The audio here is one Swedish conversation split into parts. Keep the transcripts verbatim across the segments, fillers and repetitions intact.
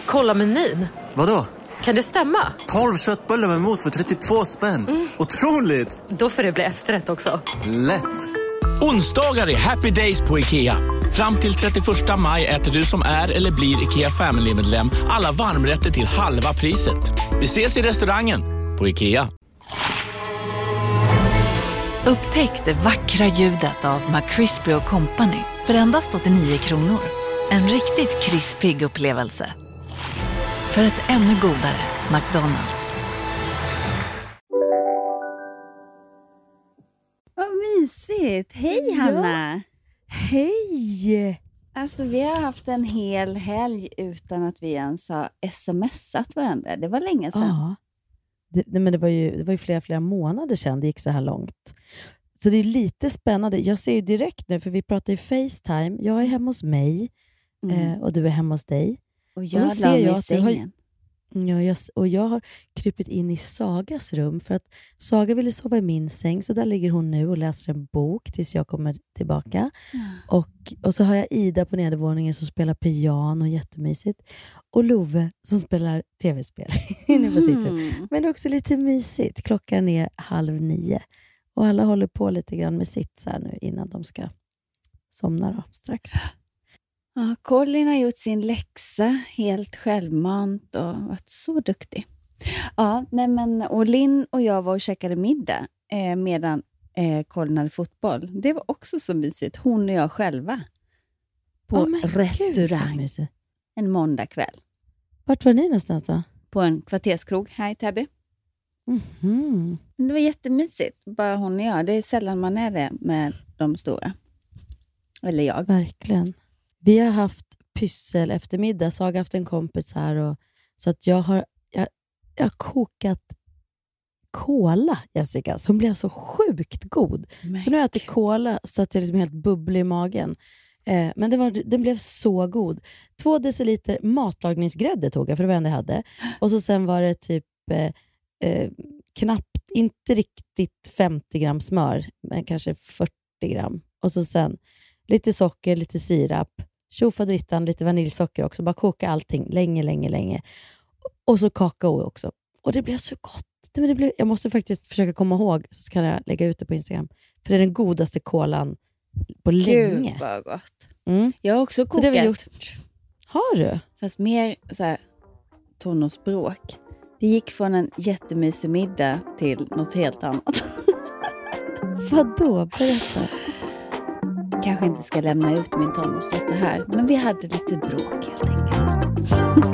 Kolla menyn. Vadå? Kan det stämma? tolv köttbullar med mos för trettiotvå spänn. Mm. Otroligt! Då får det bli efterrätt också. Lätt! Onsdagar är happy days på IKEA. Fram till trettioförsta maj äter du som är eller blir IKEA Family-medlem alla varmrätter till halva priset. Vi ses i restaurangen på IKEA. Upptäck det vackra ljudet av McCrispy och Company för endast åttionio kronor. En riktigt krispig upplevelse. För ett ännu godare McDonald's. Vad mysigt. Hej Hanna. Hej. Alltså vi har haft en hel helg utan att vi ens har smsat varandra. Det var länge sedan. Ja. Det, nej, men det var ju det var ju flera flera månader sedan det gick så här långt. Så det är lite spännande. Jag ser ju direkt nu, för vi pratar i FaceTime. Jag är hemma hos mig mm. eh, och du är hemma hos dig. Och jag och så ser jag att du har, ja, jag, och jag har krypit in i Sagas rum för att Saga ville sova i min säng, så där ligger hon nu och läser en bok tills jag kommer tillbaka. Mm. Och, och så har jag Ida på nedervåningen som spelar piano, jättemysigt. Och Love som spelar tv-spel inne på sitt rum. Men det är också lite mysigt. Klockan är halv nio. Och alla håller på lite grann med sitt så här nu innan de ska somna då, strax. Ja, Colin har gjort sin läxa helt självmant och varit så duktig. Ja, nej men, och Linn och jag var och käkade middag eh, medan eh, Colin hade fotboll. Det var också så mysigt. Hon och jag själva. På oh, restaurang. Gud, en måndag kväll. Vart var ni någonstans då? På en kvarterskrog här i Täby. Mm-hmm. Det var jättemysigt. Bara hon och jag. Det är sällan man är det med de stora. Eller jag. Verkligen. Vi har haft pyssel eftermiddag. Så jag har haft en kompis här. Och, så att jag har, jag, jag har kokat kola, Jessica. Som blev så sjukt god. Men så nu har jag ätit kola så att jag liksom helt bubblig i magen. Eh, men det var, den blev så god. Två deciliter matlagningsgrädde tog jag, för det var det enda jag hade. Och så sen var det typ eh, eh, knappt, inte riktigt femtio gram smör. Men kanske fyrtio gram. Och så sen lite socker, lite sirap. Tjofadrittan, lite vaniljsocker också. Bara koka allting länge, länge, länge. Och så kakao också. Och det blev så gott. Det, det blev, jag måste faktiskt försöka komma ihåg, så kan jag lägga ut det på Instagram. För det är den godaste kolan på länge. Gud vad gott. Mm. Jag har också kokat. Så det har vi gjort. Har du? Fast mer så här tonårsbråk. Det gick från en jättemysig middag till något helt annat. Vadå? Berätta. Kanske inte ska lämna ut min tonårsdotter här. Men vi hade lite bråk helt enkelt.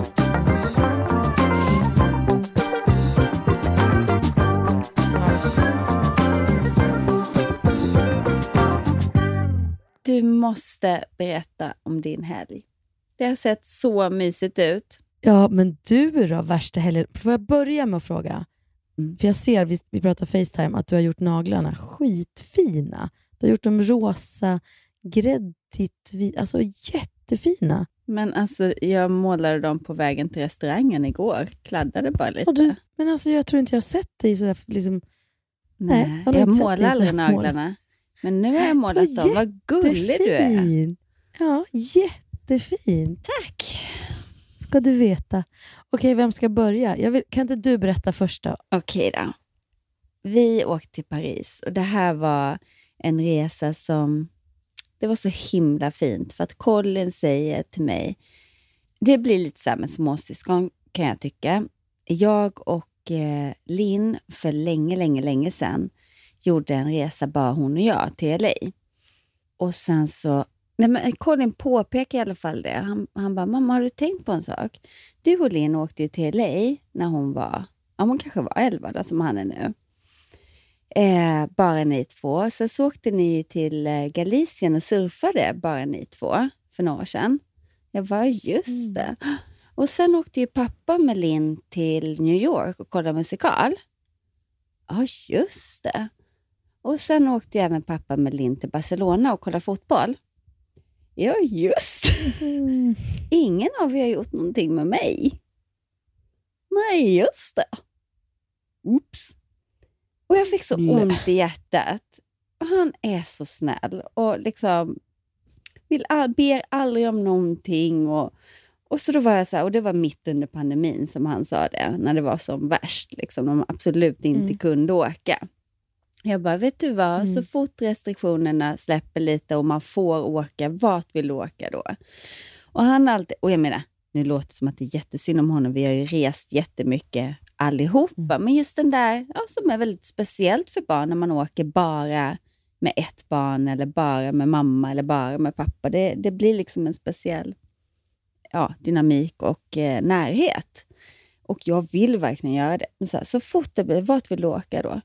Du måste berätta om din helg. Det har sett så mysigt ut. Ja, men du då, värsta helgen. Får jag börja med att fråga? Mm. För jag ser, vi, vi pratar FaceTime, att du har gjort naglarna skitfina. Du har gjort dem rosa, gräddigt, alltså jättefina. Men alltså, jag målade dem på vägen till restaurangen igår. Kladdade bara lite. Du, men alltså, jag tror inte jag har sett dig sådär, liksom. Nej, nej jag, jag målar aldrig naglarna. Men nu har jag målat dem. Vad gullig du är. Ja, jättefin. Tack. Ska du veta. Okej, vem ska börja? Jag vill, kan inte du berätta först då? Okej då. Vi åkte till Paris. Och det här var en resa som... Det var så himla fint. För att Colin säger till mig... Det blir lite så här med småsyskon, kan jag tycka. Jag och eh, Linn för länge, länge, länge sedan... gjorde en resa, bara hon och jag, till L A. Och sen så... Nej, men Colin påpekar i alla fall det. Han, han bara, mamma, har du tänkt på en sak? Du och Linn åkte ju till L A när hon var... Ja, hon kanske var elva då, som han är nu. Eh, bara ni två. Sen så åkte ni till Galicien och surfade, bara ni två, för några år sedan. Jag var just det. Mm. Och sen åkte ju pappa med Linn till New York och kollade musikal. Ja, just det. Och sen åkte jag med pappa med Linn till Barcelona och kollade fotboll. Ja, just. Mm. Ingen av er har gjort någonting med mig. Nej, just det. Oops. Och jag fick så ont i hjärtat. Och han är så snäll. Och liksom vill all, ber aldrig om någonting. Och, Och så då var jag så här, och det var mitt under pandemin som han sa det, när det var som värst, liksom, de absolut inte mm. kunde åka. Jag bara, vet du vad, mm. så fort restriktionerna släpper lite och man får åka, vart vill du åka då? Och han alltid, och jag menar, nu låter det som att det är jättesynd om honom, vi har ju rest jättemycket allihopa, mm. men just den där, ja, som är väldigt speciellt för barn när man åker bara med ett barn eller bara med mamma eller bara med pappa, det, det blir liksom en speciell ja, dynamik och eh, närhet. Och jag vill verkligen göra det. Så, här, så fort det blir, vart vill du åka då?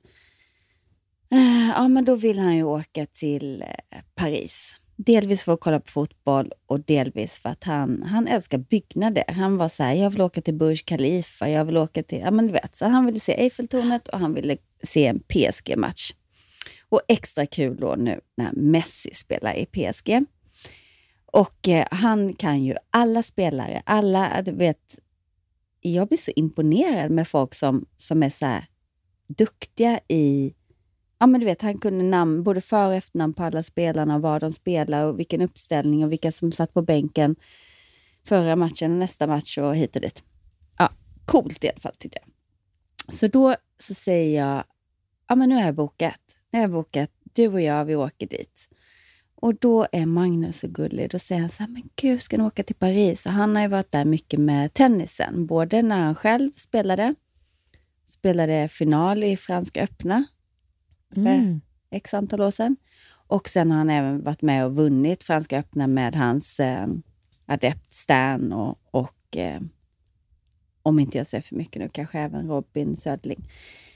Uh, ja, men då vill han ju åka till uh, Paris. Delvis för att kolla på fotboll och delvis för att han, han älskar byggnader. Han var så här, jag vill åka till Burj Khalifa, jag vill åka till, ja men du vet. Så han ville se Eiffeltornet och han ville se en P S G-match. Och extra kul då nu när Messi spelar i P S G. Och eh, han kan ju alla spelare, alla, du vet, jag blir så imponerad med folk som, som är så här duktiga i, ja men du vet, han kunde namn, både för- och efternamn på alla spelarna och vad de spelar och vilken uppställning och vilka som satt på bänken förra matchen och nästa match och hit och dit. Ja, coolt i alla fall tyckte jag. Så då så säger jag, ja men nu har jag bokat, nu har jag bokat, du och jag, vi åker dit. Och då är Magnus så gullig. Då säger han så här, men gud, ska ni åka till Paris? Och han har ju varit där mycket med tennisen. Både när han själv spelade. Spelade final i Franska öppna. För mm. x antal år sedan. Och sen har han även varit med och vunnit Franska öppna med hans eh, adept Stan. Och, och eh, om inte jag säger för mycket nu, kanske även Robin Södling.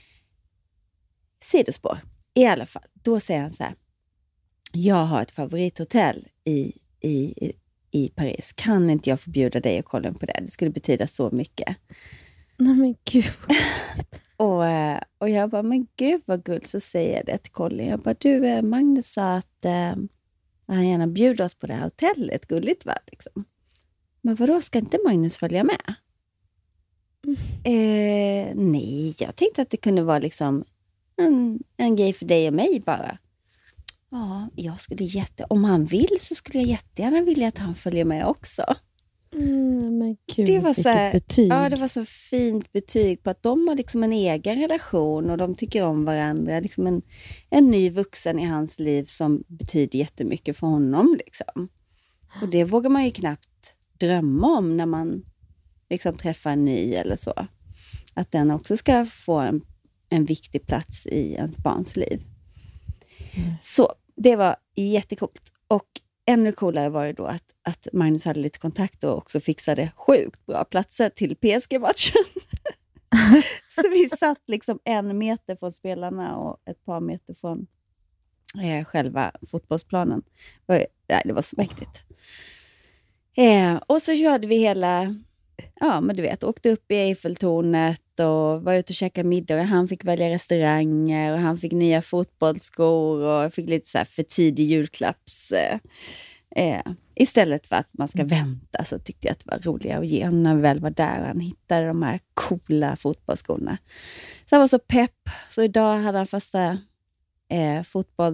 Sidospår. I alla fall, då säger han så här. Jag har ett favorithotell i, i, i Paris. Kan inte jag förbjuda dig att kolla på det? Det skulle betyda så mycket. Nej men gud. och, och jag bara, men gud vad guld. Så säger jag det till Colin. Jag bara, du Magnus sa att eh, han gärna bjuder oss på det här hotellet. Gulligt va? Liksom. Men vadå, ska inte Magnus följa med? Mm. Eh, nej, jag tänkte att det kunde vara liksom en, en grej för dig och mig bara. Ja, jag skulle jätte... Om han vill så skulle jag jättegärna vilja att han följer med också. Mm, men gud, det var så här, betyg. Ja, det var så fint betyg på att de har liksom en egen relation och de tycker om varandra. Liksom en, en ny vuxen i hans liv som betyder jättemycket för honom. Liksom. Och det vågar man ju knappt drömma om när man liksom träffar en ny eller så. Att den också ska få en, en viktig plats i ens barns liv. Mm. Så det var jättekult. Och ännu coolare var ju då att, att Magnus hade lite kontakt och också fixade sjukt bra platser till P S G-matchen. Så vi satt liksom en meter från spelarna och ett par meter från eh, själva fotbollsplanen. Det var, nej, det var så mäktigt. Eh, och så körde vi hela... Ja, men du vet, åkte upp i Eiffeltornet och var ute och käkade middag och han fick välja restauranger och han fick nya fotbollsskor och fick lite så här för tidig julklapps. Eh, eh, istället för att man ska vänta så tyckte jag att det var roligare att ge honom när vi väl var där och han hittade de här coola fotbollsskorna. Så han var så pepp. Så idag hade han första eh,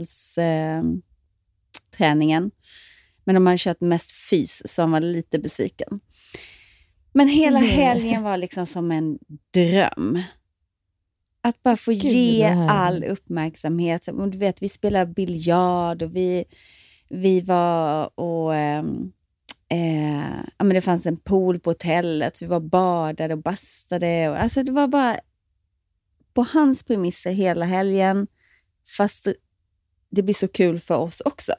fotbollsträningen. Eh, men de hade kört mest fys så han var lite besviken. Men hela helgen var liksom som en dröm. Att bara få Gud, ge all uppmärksamhet. Du vet, vi spelade biljard och vi, vi var och... Eh, eh, ja, men det fanns en pool på hotellet. Vi var badade och bastade. Och, alltså det var bara på hans premisser hela helgen. Fast det blir så kul för oss också.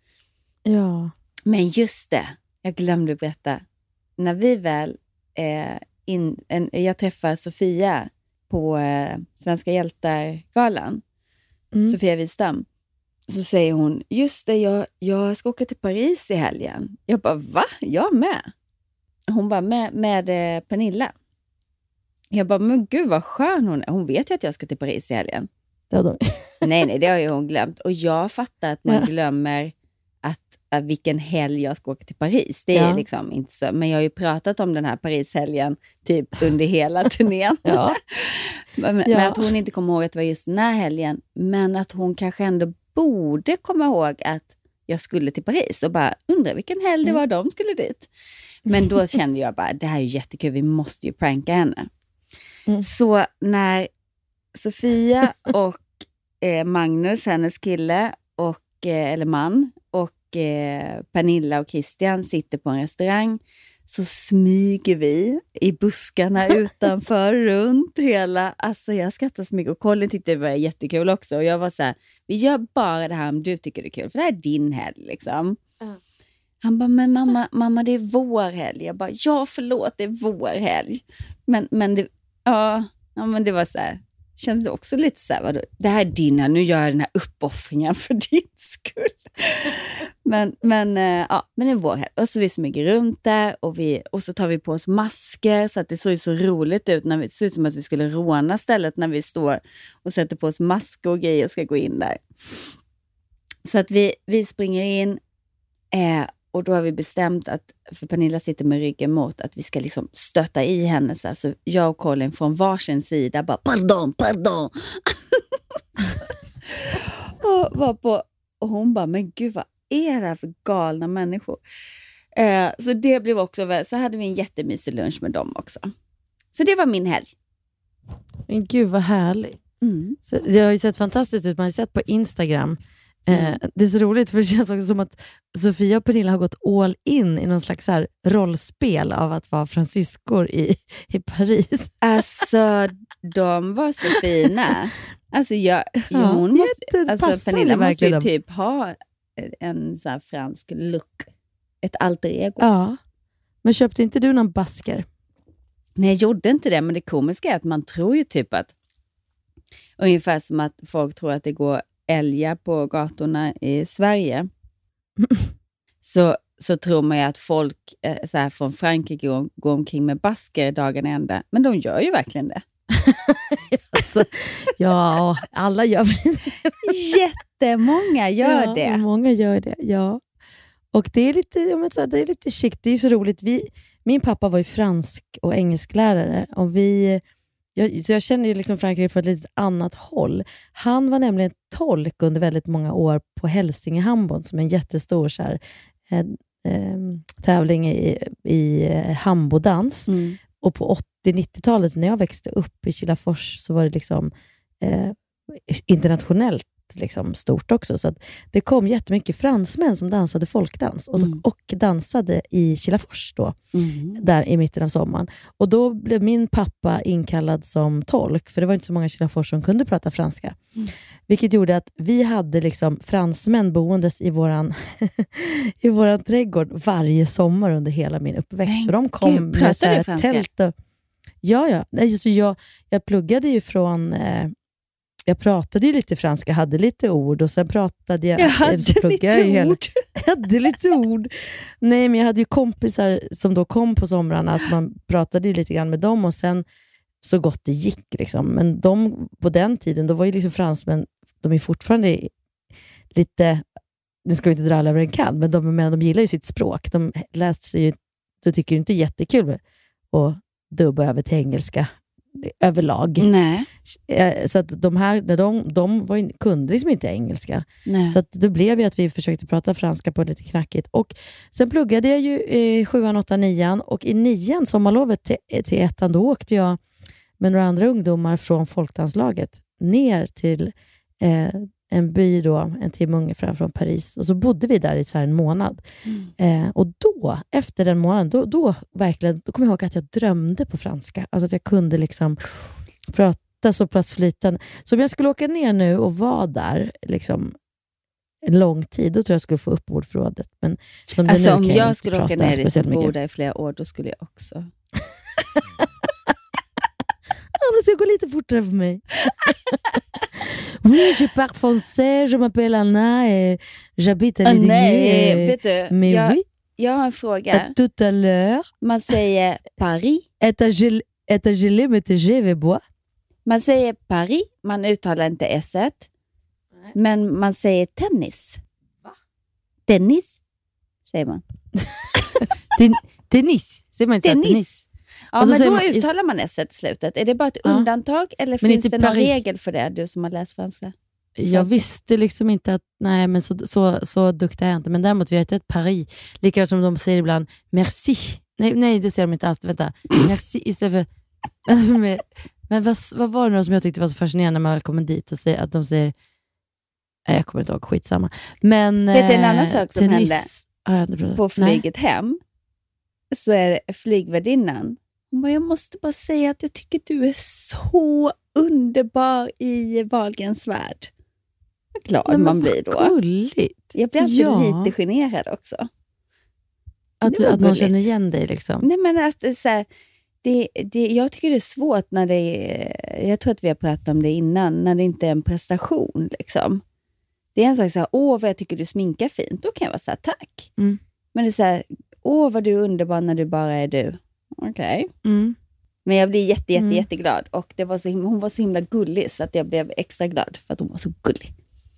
Ja. Men just det, jag glömde berätta. När vi väl... Eh, in, en, jag träffade Sofia på eh, Svenska hjältar-galan. Mm. Sofia Wistam. Så säger hon, just det, jag, jag ska åka till Paris i helgen. Jag bara, va? Jag med. Hon bara, med, med eh, Pernilla. Jag bara, men gud vad skön hon är. Hon vet ju att jag ska till Paris i helgen. Det de. nej, nej, det har ju hon glömt. Och jag fattar att man ja. glömmer att vilken helg jag ska åka till Paris. Det är ja. liksom inte så. Men jag har ju pratat om den här Paris-helgen typ under hela turnén. ja. men, ja. men att hon inte kommer ihåg att det var just den här helgen. Men att hon kanske ändå borde komma ihåg att jag skulle till Paris. Och bara undra vilken helg det var de skulle dit. Men då kände jag bara, det här är ju jättekul, vi måste ju pranka henne. Mm. Så när Sofia och eh, Magnus, hennes kille, och, eh, eller man, och eh, Pernilla och Christian sitter på en restaurang, så smyger vi i buskarna utanför runt hela, alltså jag skrattar så mycket och Colin tyckte det var jättekul också och jag var så här, vi gör bara det här om du tycker det är kul, för det här är din helg liksom. Mm. Han bara, men mamma, mamma det är vår helg. Jag bara, ja förlåt, det är vår helg. Men, men, det, ja, ja, men det var så här, kändes också lite så här, vadå? Det här är din här, nu gör jag den här uppoffringen för din skull. men, men, ja, men det är vår helg. Och så vi smyger runt där och, vi, och så tar vi på oss masker så att det såg ju så roligt ut. När vi, det såg ut som att vi skulle råna stället när vi står och sätter på oss masker och grejer och ska gå in där. Så att vi, vi springer in eh, och då har vi bestämt att, för Pernilla sitter med ryggen mot, att vi ska liksom stötta i henne. Så alltså jag och Colin från varsin sida bara, pardon, pardon. och, var på, och hon bara, men gud vad är det här för galna människor? Eh, så det blev också, så hade vi en jättemysig lunch med dem också. Så det var min helg. Men gud vad härligt. Mm. Så det har ju sett fantastiskt ut, man har ju sett på Instagram. Mm. Eh, det är så roligt för det känns också som att Sofia och Pernilla har gått all in i någon slags så här rollspel av att vara fransyskor i, i Paris. Alltså, de var så fina. Alltså, jag, ja, hon måste, alltså Pernilla måste ju typ ha en så här fransk look. Ett alter ego. Ja, men köpte inte du någon basker? Nej, jag gjorde inte det, men det komiska är att man tror ju typ att ungefär som att folk tror att det går älgar på gatorna i Sverige så, så tror man ju att folk eh, så här, från Frankrike går, går omkring med basker dagen ända. Men de gör ju verkligen det. alltså, ja, alla gör det. Jättemånga gör ja, det. Många gör det, ja. Och det är lite, jag menar, det är lite chic. Det är så roligt. Vi, min pappa var ju fransk och engelsklärare och vi... Jag, så jag känner ju liksom Frankrike från ett lite annat håll. Han var nämligen tolk under väldigt många år på Hälsingehamn som är en jättestor så här, eh, eh, tävling i, i hambodans. Mm. Och på åttio-nittiotalet när jag växte upp i Kilafors så var det liksom eh, internationellt liksom stort också. Så att det kom jättemycket fransmän som dansade folkdans och, mm. och dansade i Kilafors då, mm. där i mitten av sommaren. Och då blev min pappa inkallad som tolk, för det var inte så många Kilafors som kunde prata franska. Mm. Vilket gjorde att vi hade liksom fransmän boendes i våran i våran trädgård varje sommar under hela min uppväxt. Men, för de kom Gud, med så här tält och, ja, ja. Alltså jag, jag pluggade ju från... Eh, Jag pratade ju lite franska, hade lite ord och sen pratade jag... Jag hade lite jag hela, ord. Jag hade lite ord. Nej, men jag hade ju kompisar som då kom på somrarna, så man pratade ju lite grann med dem och sen så gott det gick liksom. Men de, på den tiden, då var ju liksom fransmän, de är fortfarande lite, det ska vi inte dra alla över en kan, men de, men de gillar ju sitt språk. De läser ju, då tycker det inte jättekul att dubba över till engelska överlag. Nej. Så att de här, när de, de var in, kunde liksom inte engelska. Nej. Så att det blev ju att vi försökte prata franska på lite knackigt. Och sen pluggade jag ju i sjuan, åttan, nian och i nian, sommarlovet till, till ettan, då åkte jag med några andra ungdomar från folkdanslaget ner till eh, en by då, en timme ungefär från Paris. Och så bodde vi där i så här en månad. Mm. Eh, och då, efter den månaden, då, då verkligen, då kom jag ihåg att jag drömde på franska. Alltså att jag kunde liksom prata så pass flytande. Så om jag skulle åka ner nu och vara där liksom en lång tid, då tror jag jag skulle få upp ordförrådet. Men som det alltså nu om jag, jag skulle åka ner dit och bo mycket. där i flera år, då skulle jag också. Ja, det ska gå lite fortare för mig. Oui, je parle français, je m'appelle Anna et j'habite à Lidingö. Nej, vet du, mais jag, oui. jag har en fråga. Tout à l'heure. Man säger Paris. Est à gelé med G V bois. Man säger Paris, man uttalar inte S-et. Men man säger tennis. Va? Tennis, säger man. Ten, tennis, säger man inte tennis. tennis. Ja, men då man, uttalar man S-et i slutet. Är det bara ett ja. undantag eller men finns det någon regel för det, du som har läst franska? Jag visste liksom inte att, nej men så, så, så duktig är jag inte. Men däremot vet jag ett Paris. Lika som de säger ibland, merci Nej, nej, det ser de inte alls. Vänta. Istället för, men men vad, vad var det nu som jag tyckte var så fascinerande när man väl kommer dit och säger att de säger... Nej, jag kommer inte ihåg, skitsamma. Men, vet du en annan sak som tennis, hände? På flyget nej. hem så är flygvärdinnan. Hon bara, jag måste bara säga att jag tycker du är så underbar i Wahlgrens värld. Vad glad nej, man blir då. Gulligt. Jag blir alltid ja. lite generad också. Att, du, att någon känner igen dig liksom? Nej, men att så här, det, det, jag tycker det är svårt när det är, jag tror att vi har pratat om det innan, när det inte är en prestation liksom. Det är en sak så här, åh vad jag tycker du sminkar fint. Då kan jag vara så här, tack. Mm. Men det är så här, åh vad du är underbar när du bara är du. Okej. Okay. Mm. Men jag blir jätte, jätte, mm. jätteglad. Och det var så, hon var så himla gullig så att jag blev extra glad för att hon var så gullig.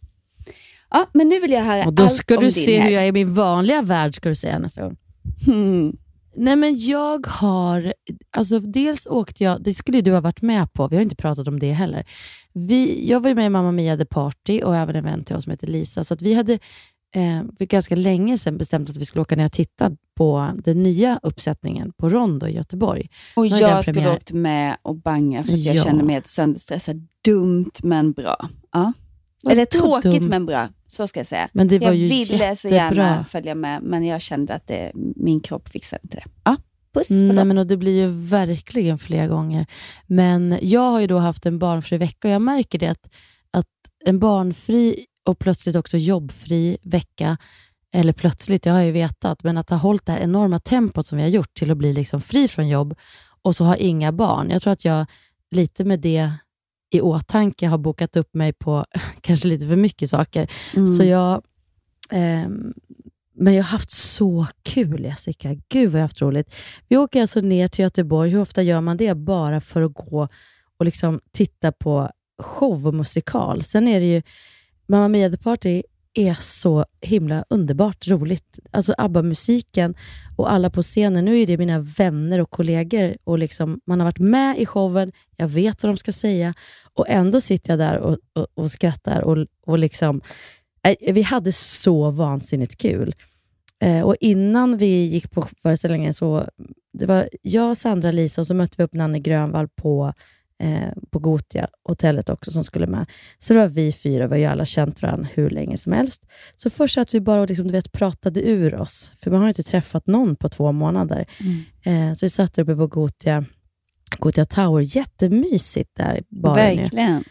Ja, men nu vill jag höra allt om din. Och då ska du se här. Hur jag är i min vanliga värld, ska du säga nästa gång. Hmm. Nej, men jag har, alltså dels åkte jag, det skulle du ha varit med på, vi har inte pratat om det heller. Vi, jag var ju med i Mamma Mia The Party och även en vän till oss som heter Lisa, så att vi hade eh, för ganska länge sedan bestämt att vi skulle åka ner och titta på den nya uppsättningen på Rondo i Göteborg. Och jag skulle åkt med och banga för att jag ja. kände mig helt sönderstressad. Dumt men bra. Ja. Eller tråkigt dumt. Men bra, så ska jag säga. Men det var jag ju ville jättebra. Så gärna följa med, men jag kände att det, min kropp fixade inte det. Ja, puss, förlåt. Nej, men och det blir ju verkligen fler gånger. Men jag har ju då haft en barnfri vecka och jag märker det att, att en barnfri och plötsligt också jobbfri vecka, eller plötsligt, jag har ju vetat, men att ha hållit det här enorma tempot som vi har gjort till att bli liksom fri från jobb och så ha inga barn. Jag tror att jag lite med det i åtanke har bokat upp mig på kanske lite för mycket saker. Mm. Så jag eh, men jag har haft så kul, Jessica. Gud vad jag har haft roligt. Vi åker alltså ner till Göteborg. Hur ofta gör man det? Bara för att gå och liksom titta på show och musikal. Sen är det ju Mamma Mia The Party är så himla underbart roligt. Alltså ABBA-musiken och alla på scenen. Nu är det mina vänner och kollegor och liksom, man har varit med i showen. Jag vet vad de ska säga och ändå sitter jag där och, och, och skrattar och, och liksom äh, vi hade så vansinnigt kul. Eh, och innan vi gick på föreställningen så det var jag, Sandra, Lisa och så mötte vi upp Nanne Grönvall på Eh, på Gotia hotellet också som skulle med. Så det var vi fyra, vi har ju alla känt varandra hur länge som helst. Så först att vi bara liksom, du vet, pratade ur oss. För man har inte träffat någon på två månader. Mm. Eh, så vi satt uppe på Gotia, Gotia Tower. Jättemysigt där. Verkligen.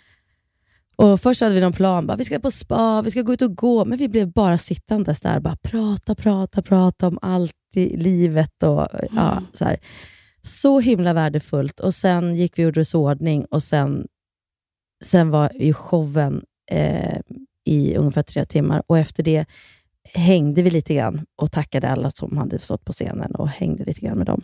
Och först hade vi någon plan. Bara, vi ska på spa, vi ska gå ut och gå. Men vi blev bara sittandes där. Bara prata, prata, prata om allt i livet. Och, mm. ja, så här. Så himla värdefullt. Och sen gick vi och gjorde oss ordning. Och sen, sen var ju showen eh, i ungefär tre timmar. Och efter det hängde vi lite grann. Och tackade alla som hade stått på scenen. Och hängde lite grann med dem.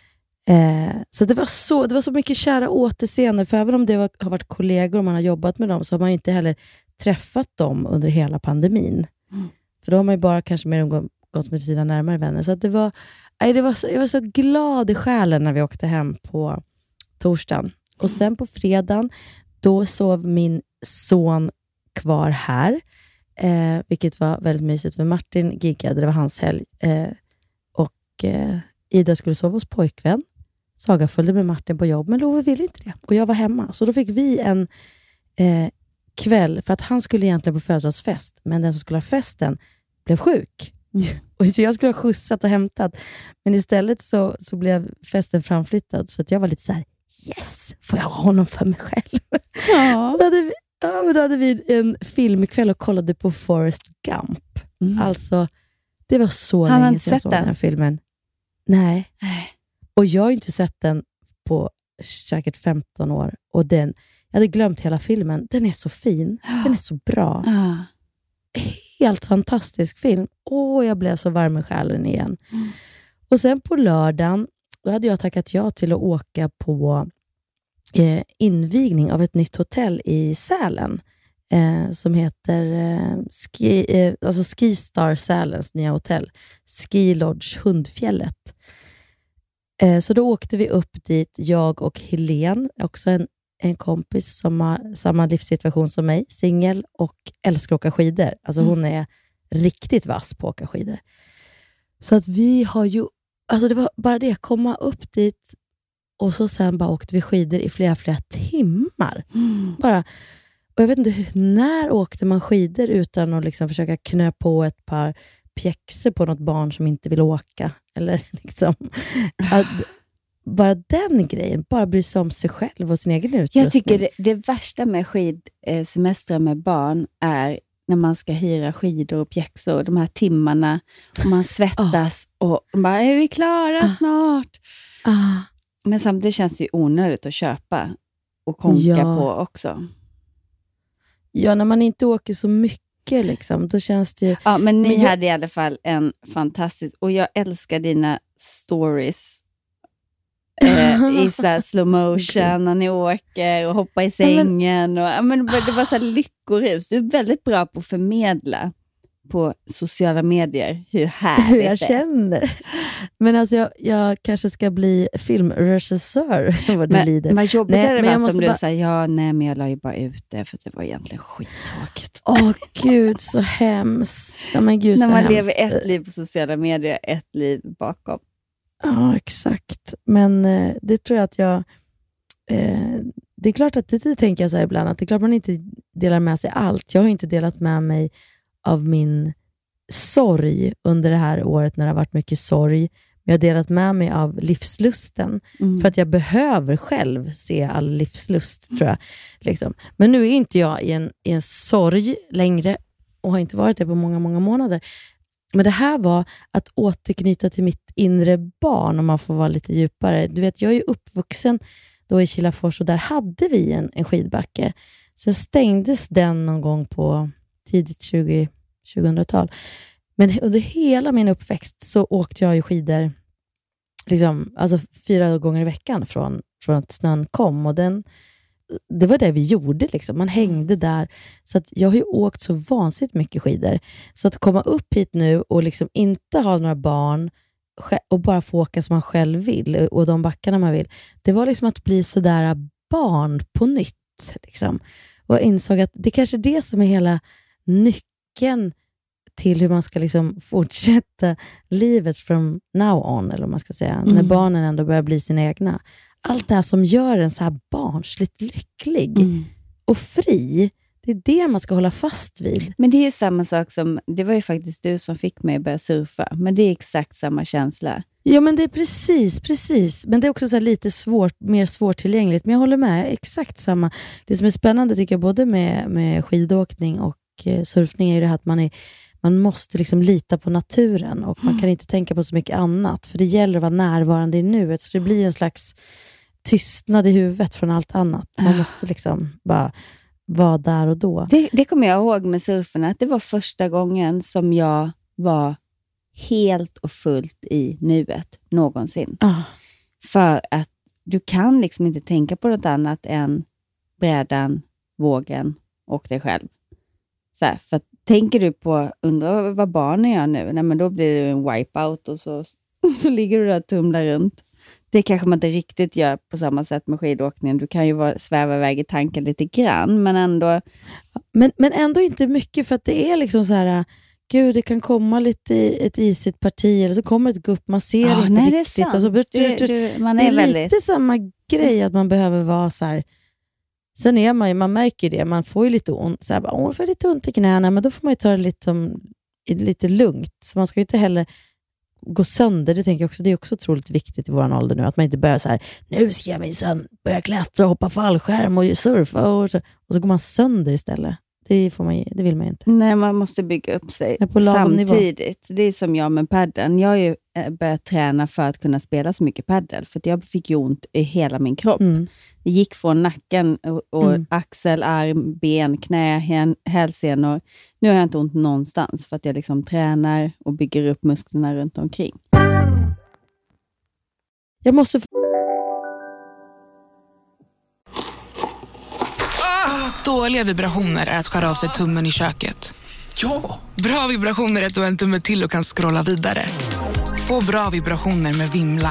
Eh, så det var så, det var så mycket kära återscener. För även om det var, har varit kollegor och man har jobbat med dem. Så har man ju inte heller träffat dem under hela pandemin. Mm. För då har man ju bara kanske mer umgåtts med sina närmare vänner. Så att det var... Nej, det var så, jag var så glad i själen när vi åkte hem på torsdagen. Och sen på fredagen, då sov min son kvar här. Eh, vilket var väldigt mysigt för Martin giggade, det var hans helg. Eh, och eh, Ida skulle sova hos pojkvän. Saga följde med Martin på jobb, men Love ville inte det. Och jag var hemma. Så då fick vi en eh, kväll, för att han skulle egentligen på födelsedagsfest. Men den som skulle ha festen blev sjuk. Mm. Och så jag skulle ha skjutsat och hämtat. Men istället så, så blev festen framflyttad. Så att jag var lite så här: yes, får jag ha honom för mig själv? Ja. Då hade vi, ja, men då hade vi en filmkväll och kollade på Forrest Gump. Mm. Alltså, det var så Han länge sedan jag såg den här filmen. Nej. Och jag har inte sett den på säkert femton år. Och den, jag hade glömt hela filmen. Den är så fin. Den är så bra. Ja. Helt fantastisk film. Åh, jag blev så varm i själen igen. Mm. Och sen på lördagen, då hade jag tackat ja till att åka på eh, invigning av ett nytt hotell i Sälen. Eh, som heter eh, Ski, eh, alltså Skistar Sälens nya hotell. Ski Lodge Hundfjället. Eh, så då åkte vi upp dit, jag och Helene, också en en kompis som har samma livssituation som mig, singel och älskar att åka skidor. Alltså mm. hon är riktigt vass på att åka skidor. Så att vi har ju alltså det var bara det, komma upp dit och så sen bara åkte vi skidor i flera, flera timmar. Mm. Bara, och jag vet inte, när åkte man skidor utan att liksom försöka knö på ett par pjäxor på något barn som inte vill åka? Eller liksom, att, bara den grejen, bara bry sig om sig själv och sin egen utrustning. Jag tycker det, det värsta med skidsemestrar med barn är när man ska hyra skidor och pjäxor, de här timmarna och man svettas oh. och man bara, är vi klara ah. snart? Ah. Men samtidigt känns det ju onödigt att köpa och konka ja. på också. Ja, när man inte åker så mycket liksom, då känns det ju... Ja, men ni men jag... hade i alla fall en fantastisk, och jag älskar dina stories eh, i så här slow motion när ni åker och hoppar i sängen. Och, ja, men det var så här lyckorus. Du är väldigt bra på att förmedla på sociala medier hur härligt hur jag känner. Men alltså jag, jag kanske ska bli filmregissör vad det men, lider. Men jobbigt är det men att om du bara... säger ja, nej men jag la ju bara ut det för det var egentligen skittråkigt. Åh oh, gud, så hemskt. Ja, men gud, när så man hemskt. lever ett liv på sociala medier, ett liv bakom. Ja, exakt. Men eh, det tror jag att jag eh, det är klart att det, det tänker jag så här ibland, att det är klart man inte delar med sig allt. Jag har inte delat med mig av min sorg under det här året när det har varit mycket sorg. Men jag har delat med mig av livslusten. Mm. För att jag behöver själv se all livslust, tror jag. Liksom. Men nu är inte jag i en, i en sorg längre och har inte varit det på många, många månader. Men det här var att återknyta till mitt inre barn, om man får vara lite djupare. Du vet, jag är ju uppvuxen då i Kilafors och där hade vi en, en skidbacke. Sen stängdes den någon gång på tidigt tjugohundratal. Men under hela min uppväxt så åkte jag ju skidor liksom, alltså fyra gånger i veckan från, från att snön kom. Och den, det var det vi gjorde. Liksom. Man hängde där. Så att jag har ju åkt så vansinnigt mycket skidor. Så att komma upp hit nu och liksom inte ha några barn och bara få åka som man själv vill och de backarna man vill. Det var liksom att bli så där barn på nytt. Liksom. Och jag insåg att det kanske är det som är hela nyckeln till hur man ska liksom fortsätta livet from now on, eller vad man ska säga. Mm. När barnen ändå börjar bli sina egna. Allt det här som gör en så här barnsligt lycklig mm. och fri. Det är det man ska hålla fast vid. Men det är samma sak som, det var ju faktiskt du som fick mig att börja surfa. Men det är exakt samma känsla. Ja, men det är precis, precis. Men det är också så här lite svårt, mer svårtillgängligt. Men jag håller med, exakt samma. Det som är spännande tycker jag både med, med skidåkning och eh, surfning är ju det här att man, är, man måste liksom lita på naturen. Och man kan inte tänka på så mycket annat. För det gäller att vara närvarande i nuet. Så det blir en slags tystnad i huvudet från allt annat. Man måste liksom bara vara där och då. Det, det kommer jag ihåg med surferna. Att det var första gången som jag var helt och fullt i nuet någonsin. Ah. För att du kan liksom inte tänka på något annat än brädan, vågen och dig själv. Så här, för att tänker du på, undrar vad barnen gör nu? Nej, men då blir det en wipeout och så, så ligger du där och tumlar runt. Det kanske man inte riktigt gör på samma sätt med skidåkningen. Du kan ju vara, sväva iväg i tanken lite grann, men ändå... Men, men ändå inte mycket, för att det är liksom så här... Gud, det kan komma lite i ett isigt parti, eller så kommer ett gupp, man ser oh, inte nej, riktigt. Det är, och så, du, du, man är, det är väldigt... lite samma grej att man behöver vara så här. Sen är man ju, man märker det, man får ju lite ont, så här, bara, åh, får lite ont i knäna, men då får man ju ta det lite, som, lite lugnt. Så man ska ju inte heller gå sönder, det tänker jag också, det är också otroligt viktigt i våran ålder nu, att man inte börjar så här, nu ska jag minsann börja klättra och hoppa fallskärm och surfa, och så, och så går man sönder istället. Det, får man, det vill man ju inte. Nej, man måste bygga upp sig samtidigt. Nivå. Det är som jag med paddeln. Jag har ju börjat träna för att kunna spela så mycket paddel. För att jag fick ju ont i hela min kropp. Mm. Det gick från nacken och, och mm. axel, arm, ben, knä, hälsenor. Nu har jag inte ont någonstans. För att jag liksom tränar och bygger upp musklerna runt omkring. Jag måste... Dåliga vibrationer är att skära av sig tummen i köket. Ja! Bra vibrationer är att du har en tumme till och kan scrolla vidare. Få bra vibrationer med Vimla.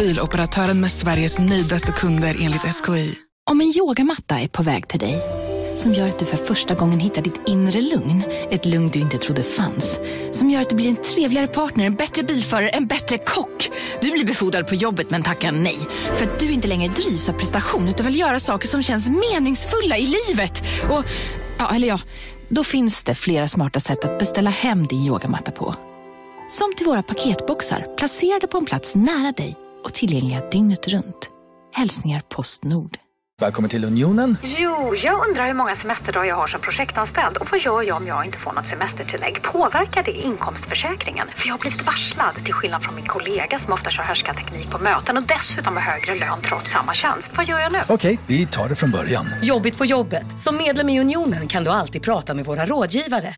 Mobiloperatören med Sveriges nöjdaste kunder enligt S K I. Om en yogamatta är på väg till dig, som gör att du för första gången hittar ditt inre lugn. Ett lugn du inte trodde fanns. Som gör att du blir en trevligare partner, en bättre bilförare, en bättre kock. Du blir befordrad på jobbet men tackar nej. För att du inte längre drivs av prestation utan vill göra saker som känns meningsfulla i livet. Och, ja, eller ja, då finns det flera smarta sätt att beställa hem din yogamatta på. Som till våra paketboxar, placerade på en plats nära dig och tillgängliga dygnet runt. Hälsningar Postnord. Välkommen till Unionen. Jo, jag undrar hur många semesterdagar jag har som projektanställd och vad gör jag om jag inte får något semestertillägg? Påverkar det inkomstförsäkringen? För jag har blivit varslad, till skillnad från min kollega som ofta kör härskarteknik på möten och dessutom har högre lön trots samma tjänst. Vad gör jag nu? Okej, vi tar det från början. Jobbigt på jobbet. Som medlem i Unionen kan du alltid prata med våra rådgivare.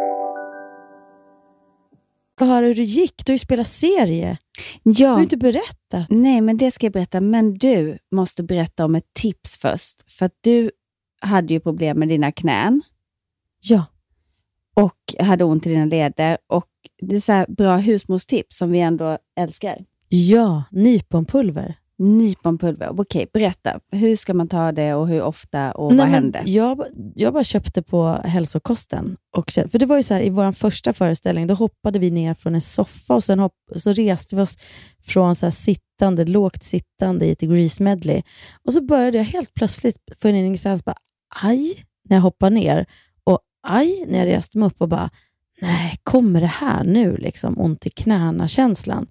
Vad har hur det gick? Du har ju spelat serie. Ja. Du har inte berättat. Nej, men det ska jag berätta. Men du måste berätta om ett tips först. För att du hade ju problem med dina knän. Ja. Och hade ont i dina leder. Och det är så här bra husmorstips som vi ändå älskar. Ja, nyponpulver. Nyponpulver. Okej, berätta. Hur ska man ta det och hur ofta och Nej, vad men hände? Jag, jag bara köpte på hälsokosten. Och, för det var ju så här, i vår första föreställning, då hoppade vi ner från en soffa och sen hopp, så reste vi oss från så här sittande, lågt sittande i ett Grease medley. Och så började jag helt plötsligt få en ingens bara aj, när jag hoppade ner. Och aj, när jag reste mig upp och bara, nej, kommer det här nu liksom, ont i knäna känslan.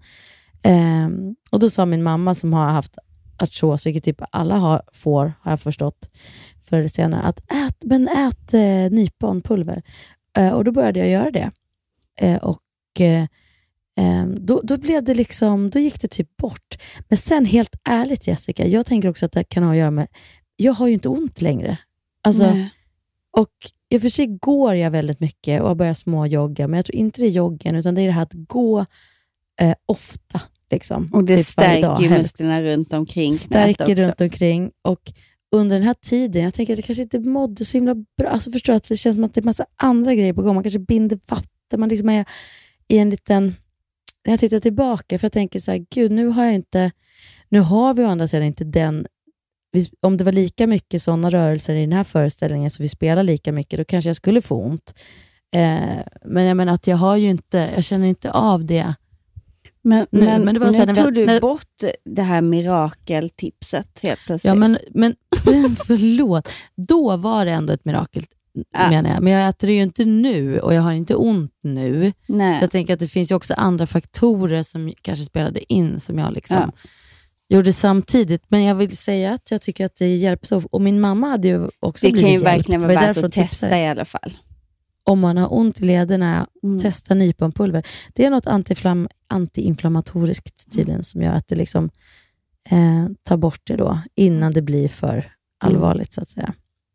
Um, och då sa min mamma som har haft artros, vilket typ alla har, får, har jag förstått förr eller senare, att ät, men ät uh, nyponpulver. Uh, och då började jag göra det. Uh, och uh, um, då, då blev det liksom, då gick det typ bort. Men sen helt ärligt Jessica, jag tänker också att det kan ha att göra med, jag har ju inte ont längre. Alltså, Nej. och i och för sig går jag väldigt mycket och har börjat små jogga, men jag tror inte det är joggen utan det är det här att gå Eh, ofta. Liksom. Och det typ stärker ju musklerna runt omkring. Stärker runt omkring. Och under den här tiden, jag tänker att jag kanske inte mådde så himla bra. Alltså förstår att det känns som att det är massa andra grejer på gång. Man kanske binder vatten. Man liksom är i en liten... När jag tittar tillbaka, för jag tänker så här, gud, nu har jag inte... Nu har vi å andra sidan inte den... Om det var lika mycket sådana rörelser i den här föreställningen så vi spelar lika mycket, då kanske jag skulle få ont. Eh, men jag menar att jag har ju inte... Jag känner inte av det. Men, nu, men, men det var nu så här, tog vi, du när, bort det här mirakeltipset helt plötsligt. Ja, men, men förlåt. Då var det ändå ett mirakel, ja. menar jag. Men jag äter det ju inte nu och jag har inte ont nu. Nej. Så jag tänker att det finns ju också andra faktorer som kanske spelade in som jag liksom ja. gjorde samtidigt. Men jag vill säga att jag tycker att det hjälpte. Och min mamma hade ju också det blivit kan ju hjälpt. verkligen vara värt att testa i alla fall. Om man har ont i lederna, mm. testa nyponpulver. Det är något antiflam- antiinflammatoriskt tydligen som gör att det liksom eh, tar bort det då innan det blir för allvarligt så att säga.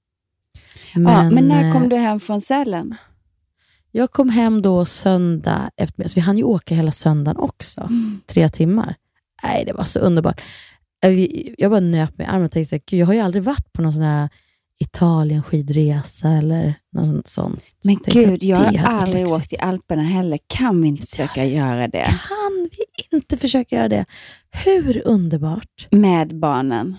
Men, ja, men när kom du hem från Sälen? Jag kom hem då söndag eftermiddag. Så vi hann ju åka hela söndagen också. Mm. Tre timmar. Nej, det var så underbart. Jag bara nöp mig i armen och tänkte att jag har ju aldrig varit på någon sån här Italien skidresa eller något sånt. Men gud, jag har aldrig lyxigt. åkt i Alperna heller. Kan vi inte försöka göra det? Kan vi inte försöka göra det? Hur underbart? Med barnen.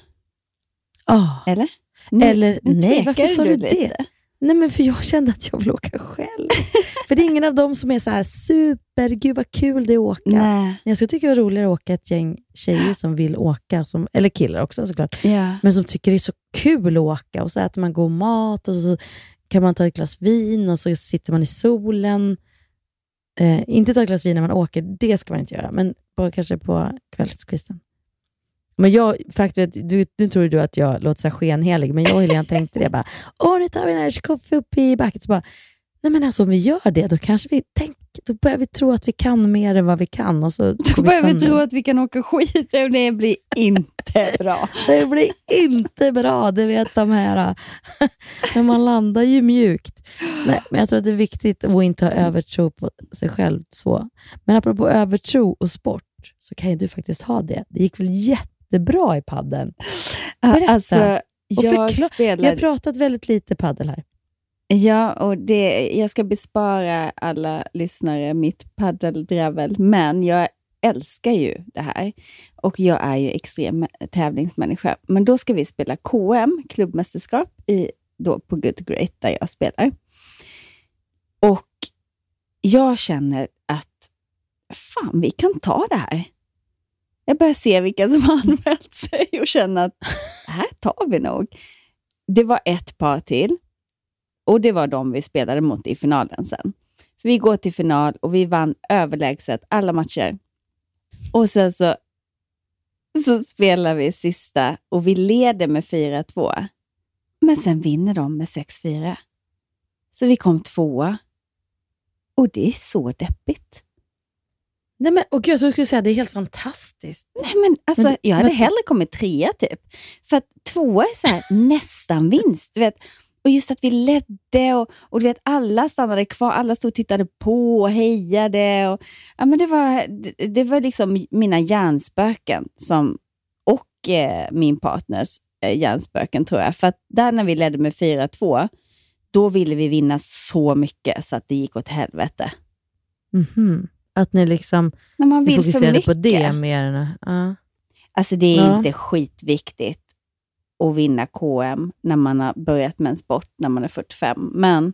Oh. Eller? Nu, eller nu nej, varför sa du lite? det? Nej, men för jag kände att jag vill åka själv. För det är ingen av dem som är så här super, gud vad kul det är att åka. Nej. Jag skulle tycka det var roligare att åka ett gäng tjejer som vill åka, som, eller killar också såklart. Ja. Men som tycker det är så kul att åka. Och så äter man god mat och så kan man ta ett glas vin och så sitter man i solen. Eh, inte ta ett glas vin när man åker, det ska man inte göra. Men på, kanske på kvällskvisten. Men jag, faktiskt, du, nu tror du att jag låter så skenhelig, men jag och Helena tänkte det bara, åh nu tar vi en Irish coffee upp i backet, så bara, nej men alltså om vi gör det, då kanske vi, tänk, då börjar vi tro att vi kan mer än vad vi kan, och så då börjar vi, vi tro att vi kan åka skit, och det blir inte bra. Det blir inte bra, det vet de här. Men man landar ju mjukt. Nej, men jag tror att det är viktigt att inte ha övertro på sig själv så. Men apropå övertro och sport, så kan ju du faktiskt ha det. Det gick väl jätte Det är bra i paddeln. Berätta. Alltså, jag, förklar- spelar... jag har pratat väldigt lite paddel här. Ja, och det, jag ska bespara alla lyssnare mitt paddeldravel, men jag älskar ju det här. Och jag är ju extrem tävlingsmänniska. Men då ska vi spela K M, klubbmästerskap, i då på Good Great där jag spelar. Och jag känner att fan, vi kan ta det här. Jag börjar se vilka som har anmält sig och känna att här tar vi nog. Det var ett par till. Och det var de vi spelade mot i finalen sen. För vi går till final och vi vann överlägset alla matcher. Och sen så, så spelar vi sista och vi leder med fyra två. Men sen vinner de med sex fyra. Så vi kom tvåa. Och det är så deppigt. Nej men, och jag skulle säga att det är helt fantastiskt. Nej men alltså, men, jag hade men... hellre kommit trea typ. För att tvåa är så här nästan vinst, du vet. Och just att vi ledde och, och du vet, alla stannade kvar, alla stod och tittade på och hejade. Och, ja, men det, var, det, det var liksom mina hjärnspöken som, och eh, min partners eh, hjärnspöken tror jag. För att där när vi ledde med fyra två, då ville vi vinna så mycket så att det gick åt helvete. Mhm. Att ni liksom när man vill fokuserade för på det mer än... Uh. Alltså det är ja. inte skitviktigt att vinna K M när man har börjat med en sport när man är fyrtiofem. Men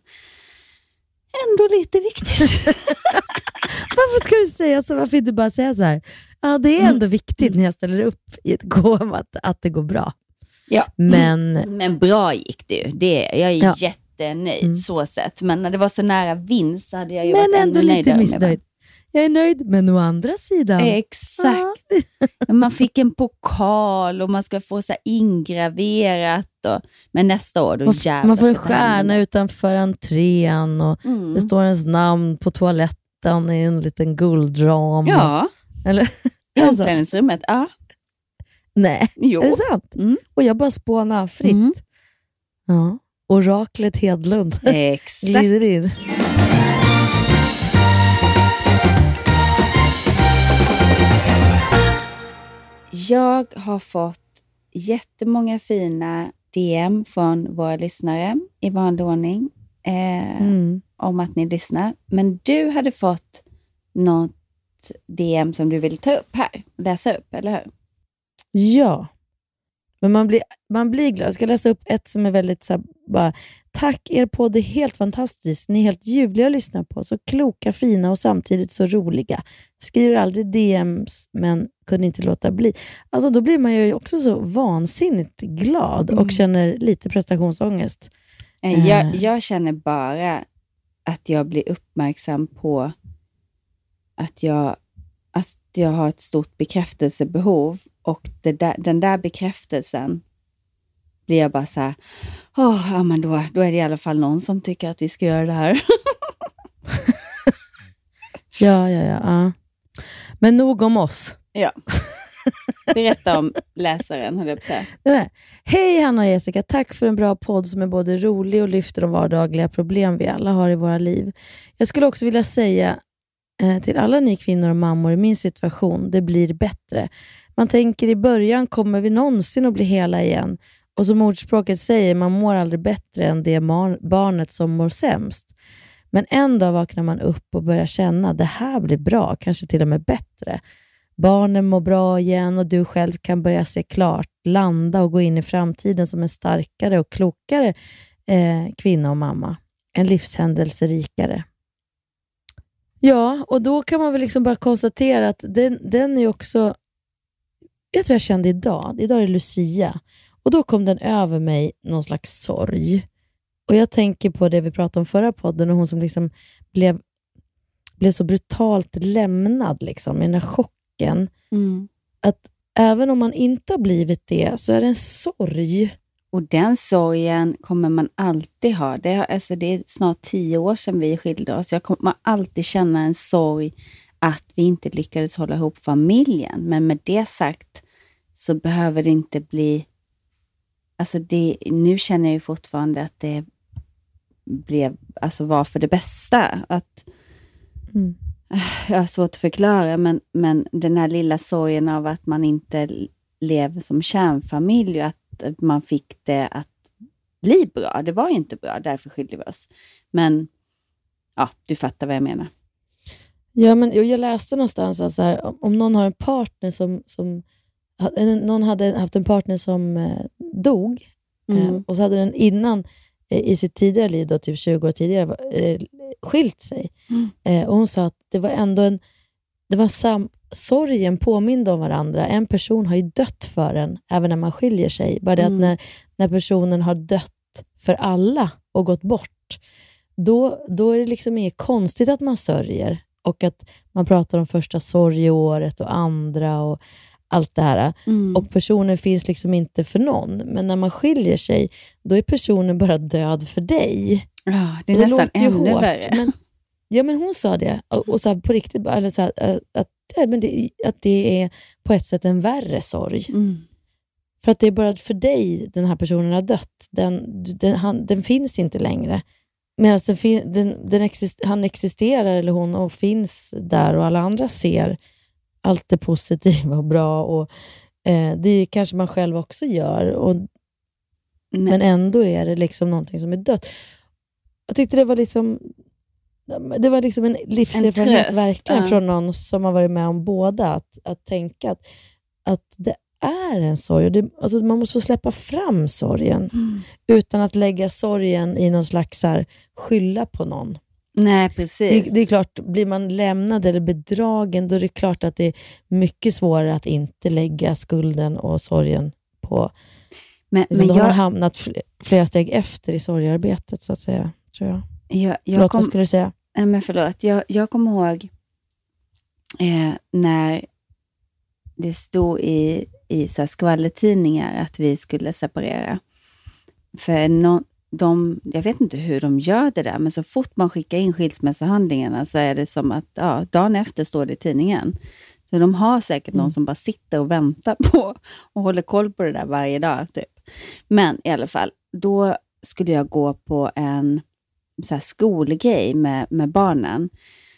ändå lite viktigt. Varför ska du säga så? Varför inte bara säga så här? Ja, det är ändå viktigt när jag ställer upp i ett K M att, att det går bra. Ja, men, men bra gick det ju. Det, jag är ja. jättenöjd mm. så sett. Men när det var så nära vinst så hade jag ju men varit ändå ännu lite missnöjd. Jag är nöjd, men å andra sidan. Exakt. Ja. Man fick en pokal och man ska få så här ingraverat. Och, men nästa år, då man, jävlar. Man får en stjärna utanför entrén och mm. det står ens namn på toaletten i en liten guldram. Ja. Eller? I omklädningsrummet, ja. Nej, jo. Är det sant? Mm. Och jag bara spånar fritt. Mm. Ja. Oraklet Hedlund. Exakt. Glider in. Jag har fått jättemånga fina D M från våra lyssnare i vanlig ordning eh, mm. om att ni lyssnar. Men du hade fått något D M som du vill ta upp här, läsa upp, eller hur? Ja, men man blir, man blir glad. Jag ska läsa upp ett som är väldigt så här, bara, tack, er podd är helt fantastiskt. Ni är helt ljuvliga att lyssna på. Så kloka, fina och samtidigt så roliga. Skriver aldrig D Ms men kunde inte låta bli. Alltså då blir man ju också så vansinnigt glad mm. och känner lite prestationsångest. Jag, jag känner bara att jag blir uppmärksam på att jag, att jag har ett stort bekräftelsebehov och det där, den där bekräftelsen blir jag bara så här, åh, ja, men då, då är det i alla fall någon som tycker att vi ska göra det här. ja, ja, ja, ja. Men nog om oss. Ja. Berätta om läsaren, höll jag på att säga. Hej Hanna och Jessica, tack för en bra podd som är både rolig och lyfter de vardagliga problem vi alla har i våra liv. Jag skulle också vilja säga eh, till alla ni kvinnor och mammor i min situation, det blir bättre. Man tänker i början, kommer vi någonsin att bli hela igen? Och som ordspråket säger, man mår aldrig bättre än det barnet som mår sämst. Men en dag vaknar man upp och börjar känna, det här blir bra, kanske till och med bättre. Barnen mår bra igen och du själv kan börja se klart, landa och gå in i framtiden som en starkare och klokare eh, kvinna och mamma. En livshändelserikare. Ja, och då kan man väl liksom bara konstatera att den, den är ju också... Vet du vad jag kände idag? Idag är det Lucia. Och då kom den över mig någon slags sorg. Och jag tänker på det vi pratade om förra podden och hon som liksom blev, blev så brutalt lämnad liksom, med den här chocken. Mm. Att även om man inte har blivit det så är det en sorg. Och den sorgen kommer man alltid ha. Det, har, alltså det är snart tio år sedan vi skilde oss. Jag kommer alltid känna en sorg att vi inte lyckades hålla ihop familjen. Men med det sagt så behöver det inte bli... Alltså det, nu känner jag ju fortfarande att det blev, alltså var för det bästa. Att, mm. Jag har svårt att förklara, men, men den här lilla sorgen av att man inte lever som kärnfamilj och att man fick det att bli bra. Det var ju inte bra, därför skilde vi oss. Men ja, du fattar vad jag menar. Ja, men jag läste någonstans att så här, om någon har en partner som, som någon hade haft en partner som eh, dog mm. eh, och så hade den innan i sitt tidigare liv då, typ tjugo år tidigare, eh, skilt sig. Mm. Eh, och hon sa att det var ändå en det var sam, sorgen påminde om varandra. En person har ju dött för en även när man skiljer sig. Bara det mm. att när, när personen har dött för alla och gått bort, då, då är det liksom inget konstigt att man sörjer. Och att man pratar om första sorgeåret och andra och allt det här. Mm. Och personen finns liksom inte för någon. Men när man skiljer sig, då är personen bara död för dig. Ja, det är det nästan låter ju ännu hårt, värre. Men, ja, men hon sa det. Och, och så här, på riktigt, eller så här, att, ja, men det, att det är på ett sätt en värre sorg. Mm. För att det är bara för dig den här personen har dött. Den, den, han, den finns inte längre. Medan den, den, den exist, han existerar eller hon och finns där och alla andra ser allt det positiva och bra. Och, eh, det kanske man själv också gör. Och, men ändå är det liksom någonting som är dött. Jag tyckte det var liksom det var liksom en livserfarenhet en verkligen uh. från någon som har varit med om båda. Att, att tänka att, att det är en sorg. Det, alltså man måste få släppa fram sorgen mm. utan att lägga sorgen i någon slags här, skylla på någon. Nej, precis. Det, det är klart, blir man lämnad eller bedragen, då är det klart att det är mycket svårare att inte lägga skulden och sorgen på. Men, liksom, men jag har hamnat fl- flera steg efter i sorgearbetet, så att säga, tror jag. jag, jag förlåt, kom, vad skulle du säga? Nej, men förlåt. Jag, jag kommer ihåg eh, när det stod i, i så här skvallertidningar att vi skulle separera. För no, de, jag vet inte hur de gör det där, men så fort man skickar in skilsmässohandlingarna så är det som att ja, dagen efter står det i tidningen. Så de har säkert mm. någon som bara sitter och väntar på och håller koll på det där varje dag typ. Men i alla fall, då skulle jag gå på en så här skolgrej med, med barnen.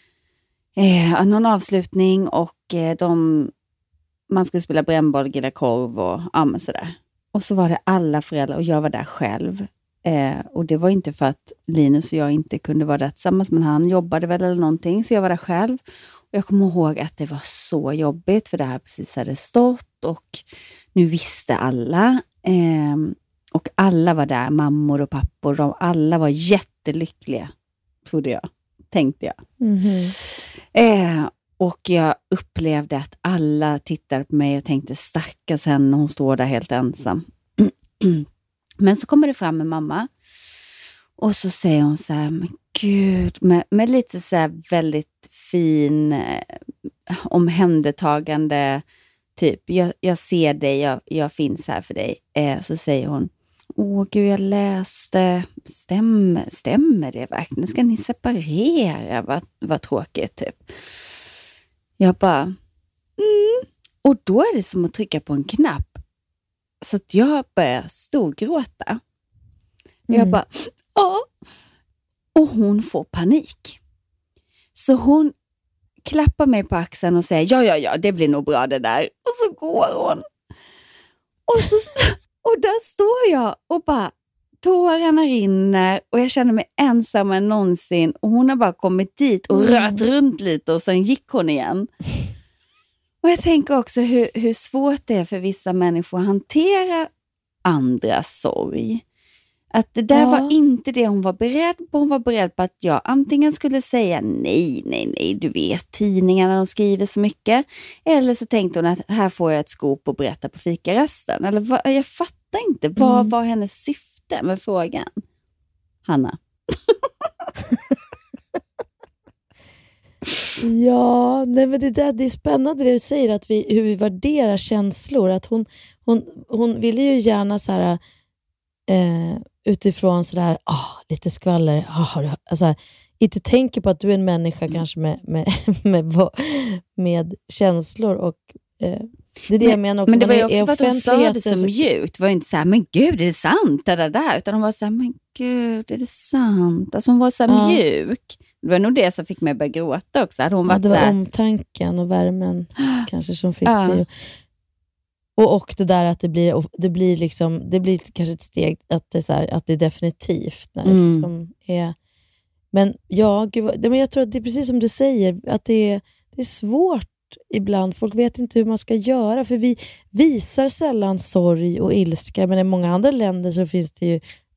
Eh, någon avslutning och eh, de, man skulle spela brännboll, grilla korv och ja, men sådär. Och så var det alla föräldrar och jag var där själv. Eh, och det var inte för att Linus och jag inte kunde vara där tillsammans, men han jobbade väl eller någonting, så jag var där själv. Och jag kommer ihåg att det var så jobbigt, för det här precis hade stått och nu visste alla. Eh, och alla var där, mammor och pappor, de alla var jättelyckliga, trodde jag, tänkte jag. Mm-hmm. Eh, och jag upplevde att alla tittade på mig och tänkte stackars henne, hon står där helt ensam. Men så kommer det fram med mamma och så säger hon så här, men gud, med, med lite så här väldigt fin eh, omhändertagande typ, jag, jag ser dig, jag, jag finns här för dig. Eh, så säger hon, åh gud, jag läste, stämmer, stämmer det verkligen? Ska ni separera? Vad, vad tråkigt typ. Jag bara, mm. Och då är det som att trycka på en knapp. Så att jag börjar storgråta. Mm. Jag bara, ja. Och hon får panik. Så hon klappar mig på axeln och säger, ja, ja, ja, det blir nog bra det där. Och så går hon. Och, så, och där står jag och bara, tårarna rinner och jag känner mig ensam än någonsin. Och hon har bara kommit dit och rört runt lite och sen gick hon igen. Och jag tänker också hur, hur svårt det är för vissa människor att hantera andras sorg. Att det där ja. var inte det hon var beredd på. Hon var beredd på att jag antingen skulle säga nej, nej, nej, du vet tidningarna, de skriver så mycket. Eller så tänkte hon att här får jag ett skop och berätta på fikaresten. Eller vad, jag fattar inte, vad mm. var hennes syfte med frågan? Hanna? Ja, nej, men det, där, det är spännande det du säger, att vi, hur vi värderar känslor. Att hon, hon, hon ville ju gärna så här, eh, utifrån så där, ah, lite skvaller, ah, alltså, inte tänker på att du är en människa mm. kanske med, med, med, med känslor och eh, det är det men, jag menar också. Men det var ju också för att hon sa det så mjukt. Det var ju inte så här, men gud, är det sant det där? Utan hon var så här, men gud, är det sant? Alltså hon var så här ja. mjuk. Det var nog det som fick mig att börja gråta också. Hade hon varit ja, det var så här... omtanken och värmen kanske som fick ja. det. Och, och det där att det blir, det blir liksom, det blir kanske ett steg att det är, så här, att det är definitivt när mm. det liksom är. Men ja, gud, men jag tror att det är precis som du säger, att det är, det är svårt ibland. Folk vet inte hur man ska göra, för vi visar sällan sorg och ilska, men i många andra länder så finns det ju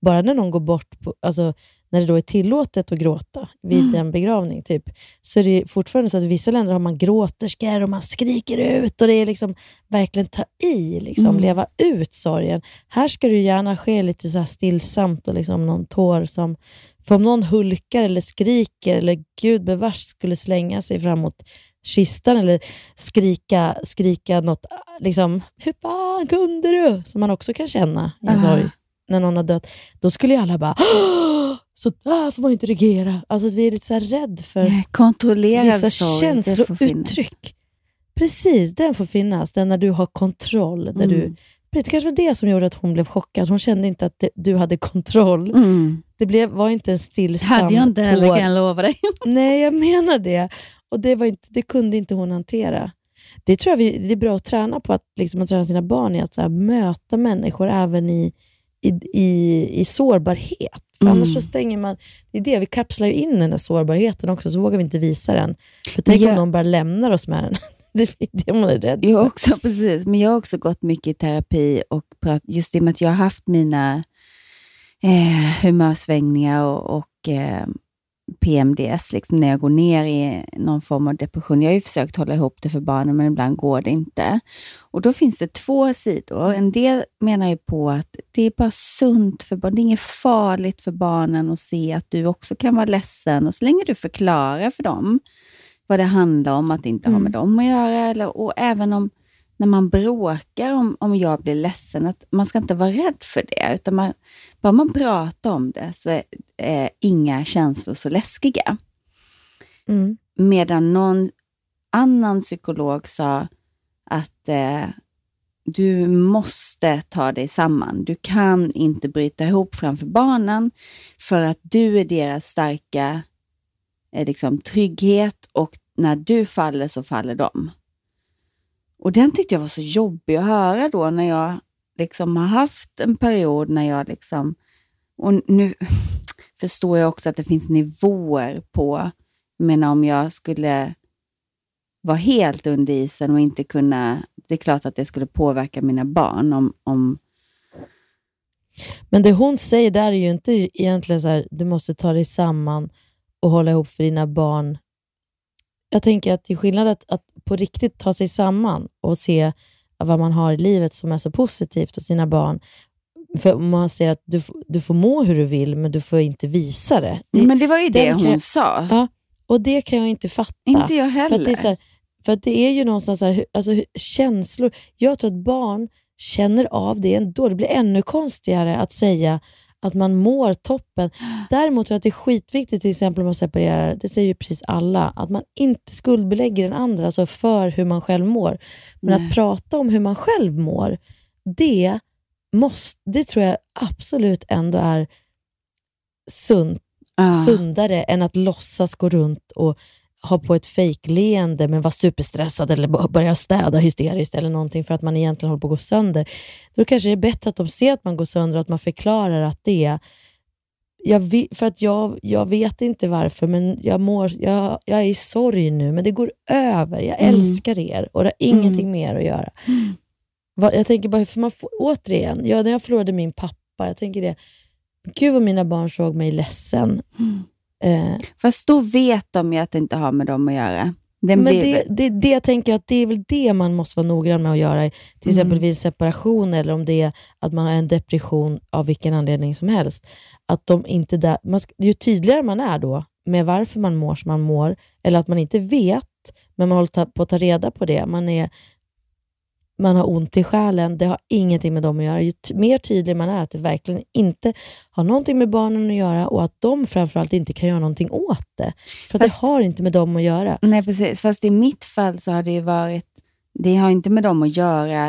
bara när någon går bort, på, alltså när det då är tillåtet att gråta vid Mm. en begravning typ, så är det fortfarande så att i vissa länder har man gråterskär och man skriker ut och det är liksom verkligen ta i, liksom Mm. leva ut sorgen. Här ska du gärna ske lite så här stillsamt och liksom någon tår som, för om någon hulkar eller skriker eller gud bevars skulle slänga sig framåt kistan eller skrika, skrika något liksom, hur fan kunde du? Som man också kan känna i en Ah. sorg när någon har dött. Då skulle ju alla bara, "Åh, så där får man inte reagera." Alltså vi är lite så här rädd för Kontrollerad vissa sorg, det får finnas. känslouttryck. Precis, den får finnas. Den när du har kontroll. Där Mm. du, det kanske var det som gjorde att hon blev chockad. Hon kände inte att det, du hade kontroll. Mm. Det blev, var inte en stillsam Hade jag inte heller, tår. kan jag lova dig. Nej, jag menar det. Och det, var inte, det kunde inte hon hantera. Det tror jag vi, det är bra att träna på, att, liksom, att träna sina barn i att så här, möta människor även i, i, i, i sårbarhet. För Mm. annars så stänger man, det är det, vi kapslar ju in den där sårbarheten också, så vågar vi inte visa den. För tänk jag, om någon bara lämnar oss med den. Det är det man är rädd för. Jag också, precis. Men jag har också gått mycket i terapi och prat, just i och med att jag har haft mina eh, humörsvängningar och, och eh, P M D S, liksom när jag går ner i någon form av depression. Jag har ju försökt hålla ihop det för barnen, men ibland går det inte. Och då finns det två sidor. En del menar ju på att det är bara sunt för barn. Det är inget farligt för barnen att se att du också kan vara ledsen. Och så länge du förklarar för dem vad det handlar om, att inte ha med dem att göra. Eller, och även om när man bråkar, om, om jag blir ledsen, att man ska inte vara rädd för det. Utan man, bara man pratar om det så är eh, inga känslor så läskiga. Mm. Medan någon annan psykolog sa att eh, du måste ta dig samman. Du kan inte bryta ihop framför barnen för att du är deras starka eh, liksom, trygghet, och när du faller så faller de. Och den tyckte jag var så jobbig att höra då när jag liksom har haft en period när jag liksom, och nu förstår jag också att det finns nivåer på, jag menar om jag skulle vara helt under isen och inte kunna, det är klart att det skulle påverka mina barn om, om Men det hon säger där är ju inte egentligen så här, du måste ta dig samman och hålla ihop för dina barn. Jag tänker att det är skillnad att, att på riktigt ta sig samman och se vad man har i livet som är så positivt hos sina barn. För man ser att du, du får må hur du vill, men du får inte visa det. det men det var ju det hon jag, sa. Ja, och det kan jag inte fatta. Inte jag heller. För att det är, så här, för att det är ju någonstans så här, alltså, känslor. Jag tror att barn känner av det ändå. Det blir ännu konstigare att säga att man mår toppen. Däremot tror jag att det är skitviktigt, till exempel om man separerar, det säger ju precis alla, att man inte skuldbelägger den andra, alltså för hur man själv mår. Men Nej. att prata om hur man själv mår, det, måste, det tror jag absolut ändå är sunt, Ah. sundare än att låtsas gå runt och ha på ett fejkleende men vara superstressad eller börja städa hysteriskt eller någonting för att man egentligen håller på att gå sönder. Då kanske det är bättre att de ser att man går sönder och att man förklarar att det är jag vet, för att jag, jag vet inte varför, men jag, mår, jag, jag är i sorg nu, men det går över. Jag Mm. älskar er och det har ingenting mer att göra. Mm. Jag tänker bara, för man får, återigen, jag, när jag förlorade min pappa, jag tänker det, gud vad mina barn såg mig ledsen. Mm. Eh, Fast då vet de ju att det inte har med dem att göra. Den men blir... det, det, det jag tänker att det är väl det man måste vara noggrann med att göra, till exempel vid separation, eller om det är att man har en depression av vilken anledning som helst. Att de inte där, man ska, ju tydligare man är då med varför man mår som man mår, eller att man inte vet, men man håller på att ta reda på det. Man är man har ont i själen, det har ingenting med dem att göra. Ju t- mer tydlig man är att det verkligen inte har någonting med barnen att göra, och att de framförallt inte kan göra någonting åt det. För att Fast, det har inte med dem att göra. Nej, precis. Fast i mitt fall så har det ju varit, det har inte med dem att göra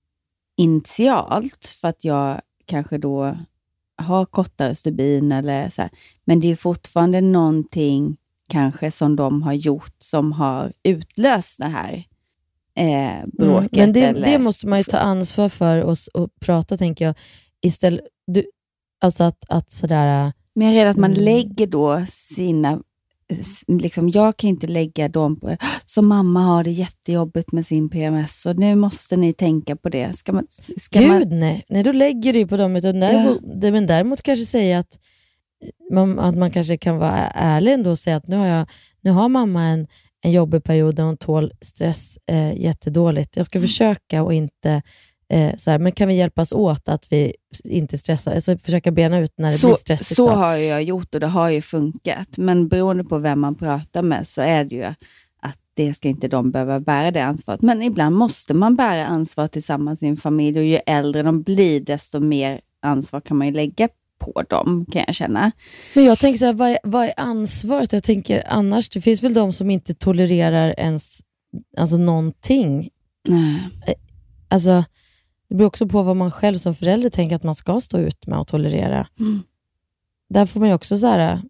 initialt, för att jag kanske då har kortare stubin eller så här. Men det är ju fortfarande någonting kanske som de har gjort som har utlöst det här eh, bråket. Mm, men det, eller... det måste man ju ta ansvar för och, och prata, tänker jag. Istället, du, alltså att, att sådär... Men jag är rädd att man mm. lägger då sina liksom, jag kan inte lägga dem på, som mamma har det jättejobbigt med sin P M S och nu måste ni tänka på det. Ska man, ska Gud man... nej. nej, då lägger du på dem. Utan däremot, ja. Men däremot kanske säga att man, att man kanske kan vara ärlig ändå och säga att nu har, jag, nu har mamma en, en jobbig period där hon tål stress eh, jättedåligt. Jag ska mm. försöka och inte eh, så här, men kan vi hjälpas åt att vi inte stressar? Alltså försöka bena ut när det så, blir stressigt. Så har jag gjort och det har ju funkat. Men beroende på vem man pratar med så är det ju att det ska inte de behöva bära det ansvaret. Men ibland måste man bära ansvar tillsammans med sin familj och ju äldre de blir desto mer ansvar kan man ju lägga på dem, kan jag känna. Men jag tänker så här, vad är, vad är ansvaret? Jag tänker annars, det finns väl de som inte tolererar ens alltså någonting. Nej. Alltså, det beror också på vad man själv som förälder tänker att man ska stå ut med och tolerera. Mm. Där får man ju också så här,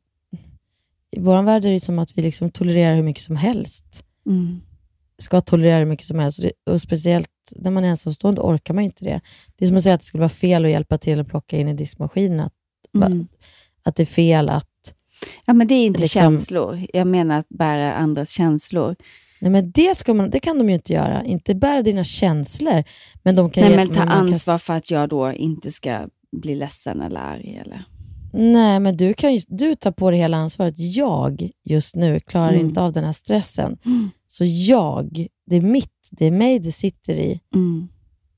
i vår värld är det som att vi liksom tolererar hur mycket som helst. Mm. Ska tolerera hur mycket som helst. Och speciellt när man är ensamstående orkar man inte det. Det är som att säga att det skulle vara fel att hjälpa till att plocka in i diskmaskinen. Att, mm. att det är fel att... Ja, men det är inte liksom, känslor. Jag menar att bära andras känslor. Nej, men det, ska man, det kan de ju inte göra. Inte bära dina känslor. Men de kan Nej, hjälpa, men ta men ansvar kan... för att jag då inte ska bli ledsen eller arg. Eller... Nej, men du kan ju, du tar på dig hela ansvaret. Jag just nu klarar mm. inte av den här stressen. Mm. Så jag, det är mitt, det är mig det sitter i. Mm.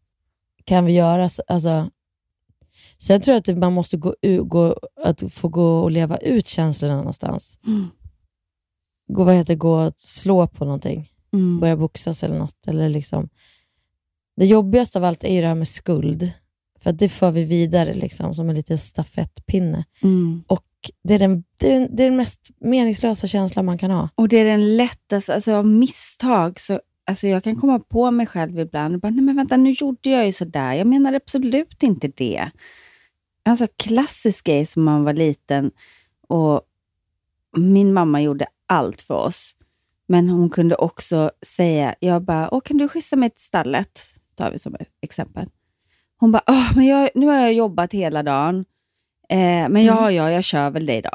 Kan vi göra, alltså... Sen tror jag att man måste gå, gå, att få gå och leva ut känslorna någonstans. Mm. Gå, vad heter, gå och slå på någonting. Mm. Börja boxas eller något. Eller liksom. Det jobbigaste av allt är ju det här med skuld. För att det för vi vidare liksom, som en liten stafettpinne. Mm. Och det är, den, det, är den, det är den mest meningslösa känslan man kan ha. Och det är den lättaste, alltså av misstag så alltså jag kan komma på mig själv ibland och bara, nej men vänta, nu gjorde jag ju sådär. Jag menar absolut inte det. Alltså klassisk grej som man var liten och min mamma gjorde allt för oss. Men hon kunde också säga, jag bara, åh kan du skissa mig till stallet? Tar vi som exempel. Hon bara, åh men jag, nu har jag jobbat hela dagen. Eh, men mm. ja, ja, jag kör väl det idag.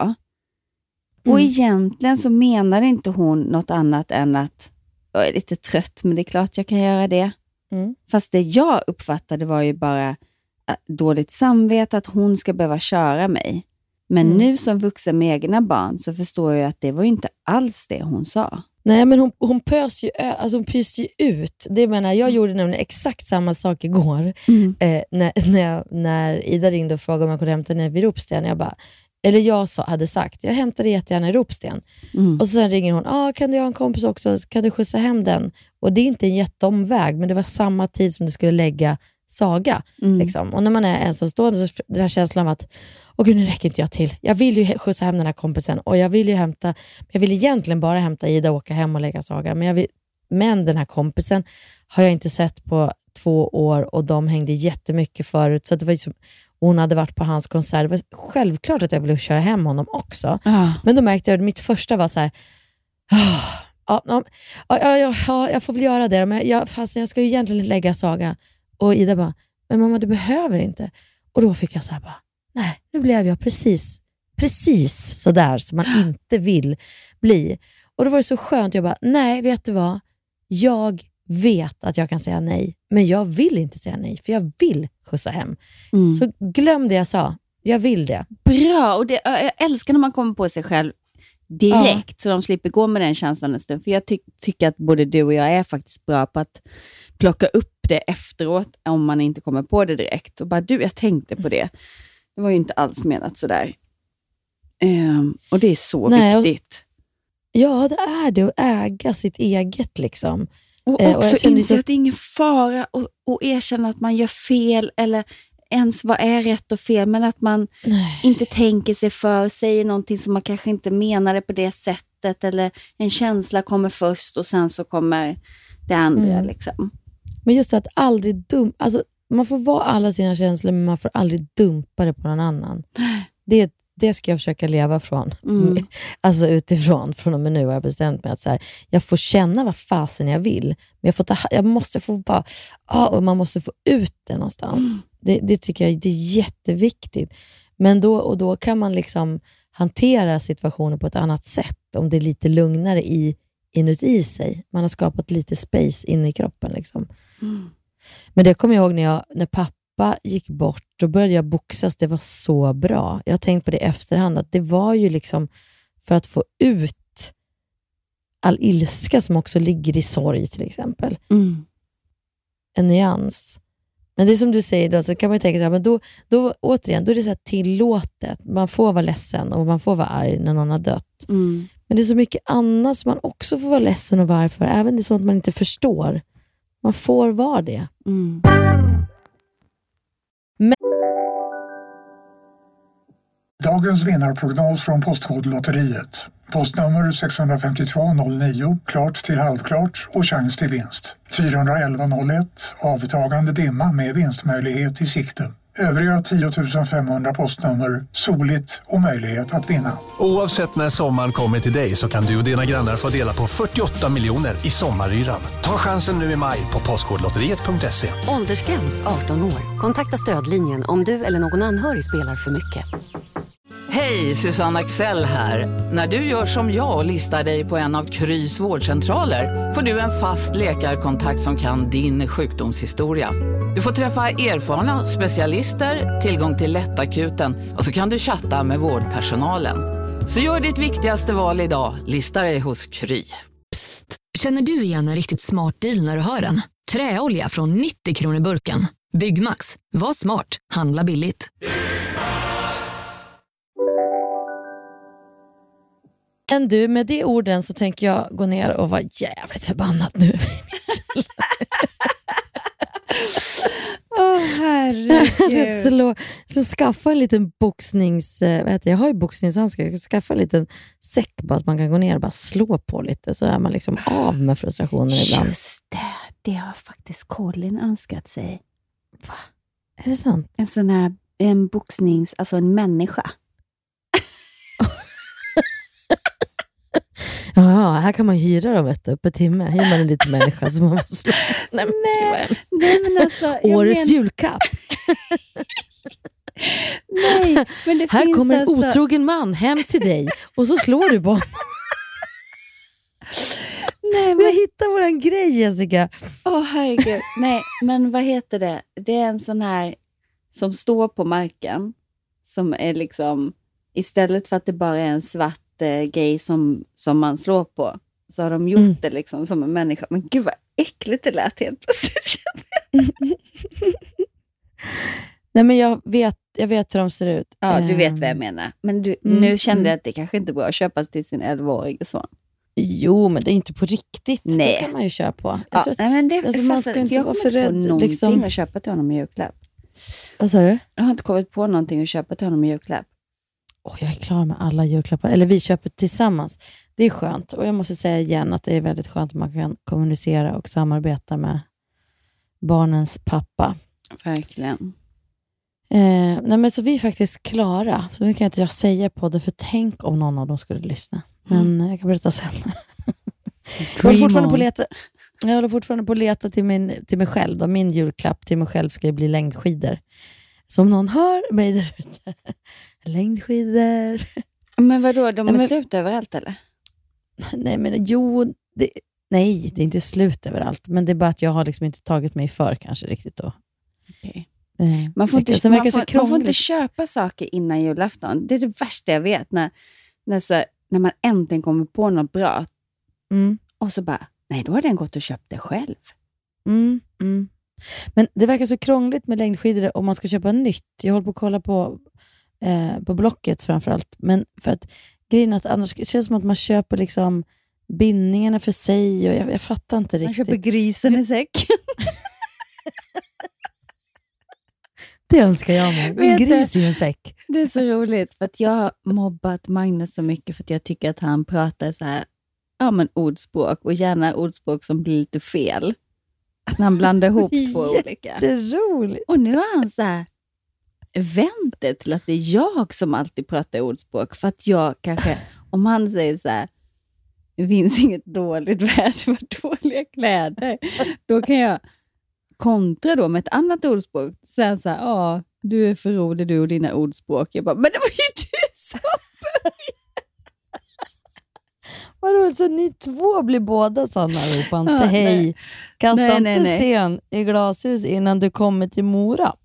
Mm. Och egentligen så menar inte hon något annat än att jag är lite trött, men det är klart jag kan göra det. Mm. Fast det jag uppfattade var ju bara dåligt samvete att hon ska behöva köra mig. Men mm. nu som vuxen med egna barn så förstår jag att det var ju inte alls det hon sa. Nej, men hon, hon pös ju, alltså hon pyste ju ut. Det menar, jag gjorde nämligen exakt samma sak igår. Mm. Eh, när, när, jag, när Ida ringde och frågade om jag kunde hämta henne vid Ropsten. Jag bara, eller jag sa, hade sagt, jag hämtade jättegärna i Ropsten. Mm. Och så sen ringer hon, ah, kan du ha en kompis också? Kan du skjutsa hem den? Och det är inte en jätteomväg, men det var samma tid som det skulle lägga Saga. Mm. Liksom. Och när man är ensamstående så den här känslan av att åh gud, nu räcker inte jag till. Jag vill ju skjutsa hem den här kompisen och jag vill ju hämta, jag vill egentligen bara hämta Ida och åka hem och lägga Saga. Men, jag vill, men den här kompisen har jag inte sett på två år och de hängde jättemycket förut. Så att det var liksom, hon hade varit på hans konsert. Det var självklart att jag ville köra hem honom också. Ah. Men då märkte jag att mitt första var så här, oh, ja, ja, ja, ja, ja, jag får väl göra det. Men jag, fast jag ska ju egentligen lägga Saga. Och Ida bara, men mamma du behöver inte. Och då fick jag så här bara, nej, nu blev jag precis, precis så där som man inte vill bli. Och då var det så skönt, jag bara, nej vet du vad, jag vet att jag kan säga nej, men jag vill inte säga nej, för jag vill skjutsa hem. Mm. Så glöm det jag sa, jag vill det. Bra, och det, jag älskar när man kommer på sig själv direkt, ja. Så de slipper gå med den känslan en stund. För jag ty- tycker att både du och jag är faktiskt bra på att plocka upp det efteråt om man inte kommer på det direkt. Och bara, du, jag tänkte på det. Det var ju inte alls menat sådär. Um, och det är så Nej, viktigt. Och, ja, det är det. Att äga sitt eget liksom. Och eh, också och inse så... att det är ingen fara och, och erkänna att man gör fel eller ens vad är rätt och fel, men att man Nej. inte tänker sig för och säger någonting som man kanske inte menade på det sättet, eller en känsla kommer först och sen så kommer det andra mm. liksom. Men just att aldrig dum, alltså man får vara alla sina känslor, men man får aldrig dumpa det på någon annan. Det, det ska jag försöka leva från. Mm. Alltså utifrån, från och med nu har jag bestämt mig att så här, jag får känna vad fasen jag vill, men jag, får ta, jag måste få bara, ah, och man måste få ut det någonstans. Mm. Det, det tycker jag det är jätteviktigt. Men då och då kan man liksom hantera situationer på ett annat sätt sagt, om det är lite lugnare i, inuti sig. Man har skapat lite space inne i kroppen liksom. Mm. Men det kommer jag ihåg när, jag, när pappa gick bort, då började jag boxas. Det var så bra. Jag har tänkt på det i efterhand, att det var ju liksom för att få ut all ilska som också ligger i sorg till exempel. Mm. En nyans. Men det är som du säger då, så kan man ju tänka så här, men då, då återigen, då är det så här tillåtet. Man får vara ledsen och man får vara arg när någon har dött. Mm. Men det är så mycket annat som man också får vara ledsen och varför. Även det är sånt man inte förstår. Man får vara det. Mm. Men... Dagens vinnarprognos från Postkodlotteriet. Postnummer sex fem två noll nio, klart till halvklart och chans till vinst. fyra elva noll ett, avtagande dimma med vinstmöjlighet i sikte. Övriga tio tusen femhundra postnummer, soligt och möjlighet att vinna. Oavsett när sommaren kommer till dig så kan du och dina grannar få dela på fyrtioåtta miljoner i sommaryran. Ta chansen nu i maj på postkodlotteriet punkt se. Åldersgräns arton år. Kontakta stödlinjen om du eller någon anhörig spelar för mycket. Hej, Susanne Axel här. När du gör som jag och listar dig på en av Krys vårdcentraler får du en fast läkarkontakt som kan din sjukdomshistoria. Du får träffa erfarna specialister, tillgång till lättakuten och så kan du chatta med vårdpersonalen. Så gör ditt viktigaste val idag, lista dig hos Kry. Psst, känner du igen en riktigt smart deal när du hör den? Träolja från nittio kronor burken. Byggmax, var smart, handla billigt. Men du, med de orden så tänker jag gå ner och vara jävligt förbannad nu. Åh, oh, herregud. Jag ska slå, så skaffa en liten boxnings... Vad heter det? Jag har ju boxningshandskar. Jag ska skaffa en liten säck bara att man kan gå ner och bara slå på lite. Så är man liksom av med frustrationen ibland. Just det. Det har faktiskt Colin önskat sig. Va? Är det sant? En sån här en boxnings... Alltså en människa. Ja, här kan man hyra dem ett upp ett timme. Hyr man en liten människa som man får slå. Nej, nej, nej men alltså... Årets men... julklapp. Nej, men det här finns kommer en alltså... otrogen man hem till dig och så slår du på honom. Nej, men... Vi hittar våran grej, Jessica. Åh, oh, herregud. Nej, men vad heter det? Det är en sån här som står på marken. Som är liksom... Istället för att det bara är en svart grej som, som man slår på, så har de gjort mm. det liksom som en människa. Men gud vad äckligt det lät helt plötsligt. Nej, men jag vet, jag vet hur de ser ut. Ja, du vet vad jag menar. Men du, mm. nu kände jag att det kanske inte är bra att köpa till sin elvaåriga son. Jo, men det är inte på riktigt. Nej. Det kan man ju köpa på. Ja, att, nej, men det, alltså, man ska inte vara för rädd. Jag har inte liksom... någonting att köpa till honom i julklapp. Vad sa du? Jag har inte kommit på någonting att köpa till honom i julklapp. Oh, jag är klar med alla julklappar. Eller vi köper tillsammans. Det är skönt. Och jag måste säga igen att det är väldigt skönt att man kan kommunicera och samarbeta med barnens pappa. Verkligen. Eh, nej men så vi är faktiskt klara. Så mycket kan inte jag säga på det. För tänk om någon av dem skulle lyssna. Men mm. jag kan berätta sen. jag, håller fortfarande på leta, jag håller fortfarande på att leta till, min, till mig själv. Då. Min julklapp till mig själv ska ju bli längdskidor. Så om någon hör mig där ute. Längdskidor. Men vadå, de är nej, men, slut överallt eller? Nej men jo, det, nej det är inte slut överallt. Men det är bara att jag har liksom inte tagit mig för kanske riktigt då. Okay. Eh, man, får inte, man, får, man får inte köpa saker innan julafton. Det är det värsta jag vet. När, när, så, när man äntligen kommer på något bra. Mm. Och så bara, nej då har den gått och köpt det själv. Mm, mm. Men det verkar så krångligt med längdskidor om man ska köpa nytt. Jag håller på att kolla på eh, på Blocket framförallt. Men för att grejen är att annars det känns som att man köper liksom bindningarna för sig. Och jag, jag fattar inte riktigt. Man köper grisen i säck. Det önskar jag mig. En gris i en säck. Det är så roligt för att jag har mobbat Magnus så mycket för att jag tycker att han pratar så här, ja men ordspråk och gärna ordspråk som blir lite fel. När han blandar ihop två olika. Jätteroligt. Och nu har han så här vänt det till att det är jag som alltid pratar ordspråk. För att jag kanske, om han säger så här, det finns inget dåligt väder för dåliga kläder. Då kan jag kontra då med ett annat ordspråk. Sen så här, ja, du är för rolig du och dina ordspråk. Jag bara, men det var ju du som började. Vadå, så ni två blir båda sådana? Ropa inte Ja, hej. nej. Kasta Nej, inte nej, nej. sten i glashus innan du kommer till Mora.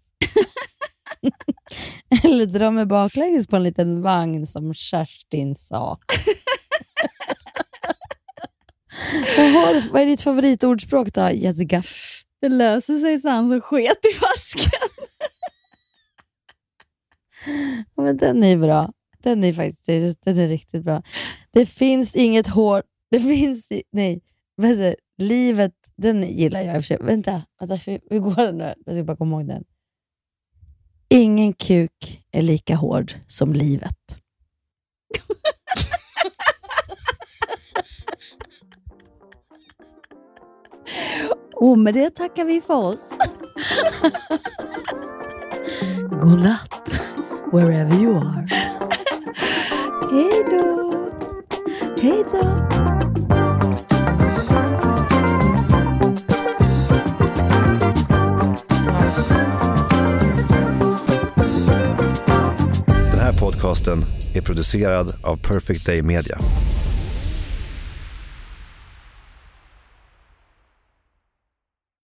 Eller dra med baklänges på en liten vagn som Kerstin sa. Vad, har, vad är ditt favoritordspråk då, Jessica? Det löser sig, så han som sket i vasken. Ja, men den är bra. Den är faktiskt den är riktigt bra. Det finns inget hår. Det finns i, nej. Vad säger, livet, den gillar jag i och för sig. Vänta, vänta, hur går den nu? Jag ska bara komma ihåg den. Ingen kuk är lika hård som livet. Och med det tackar vi för oss. God natt, wherever you are. Hej då. Hej då. Den här podcasten är producerad av Perfect Day Media.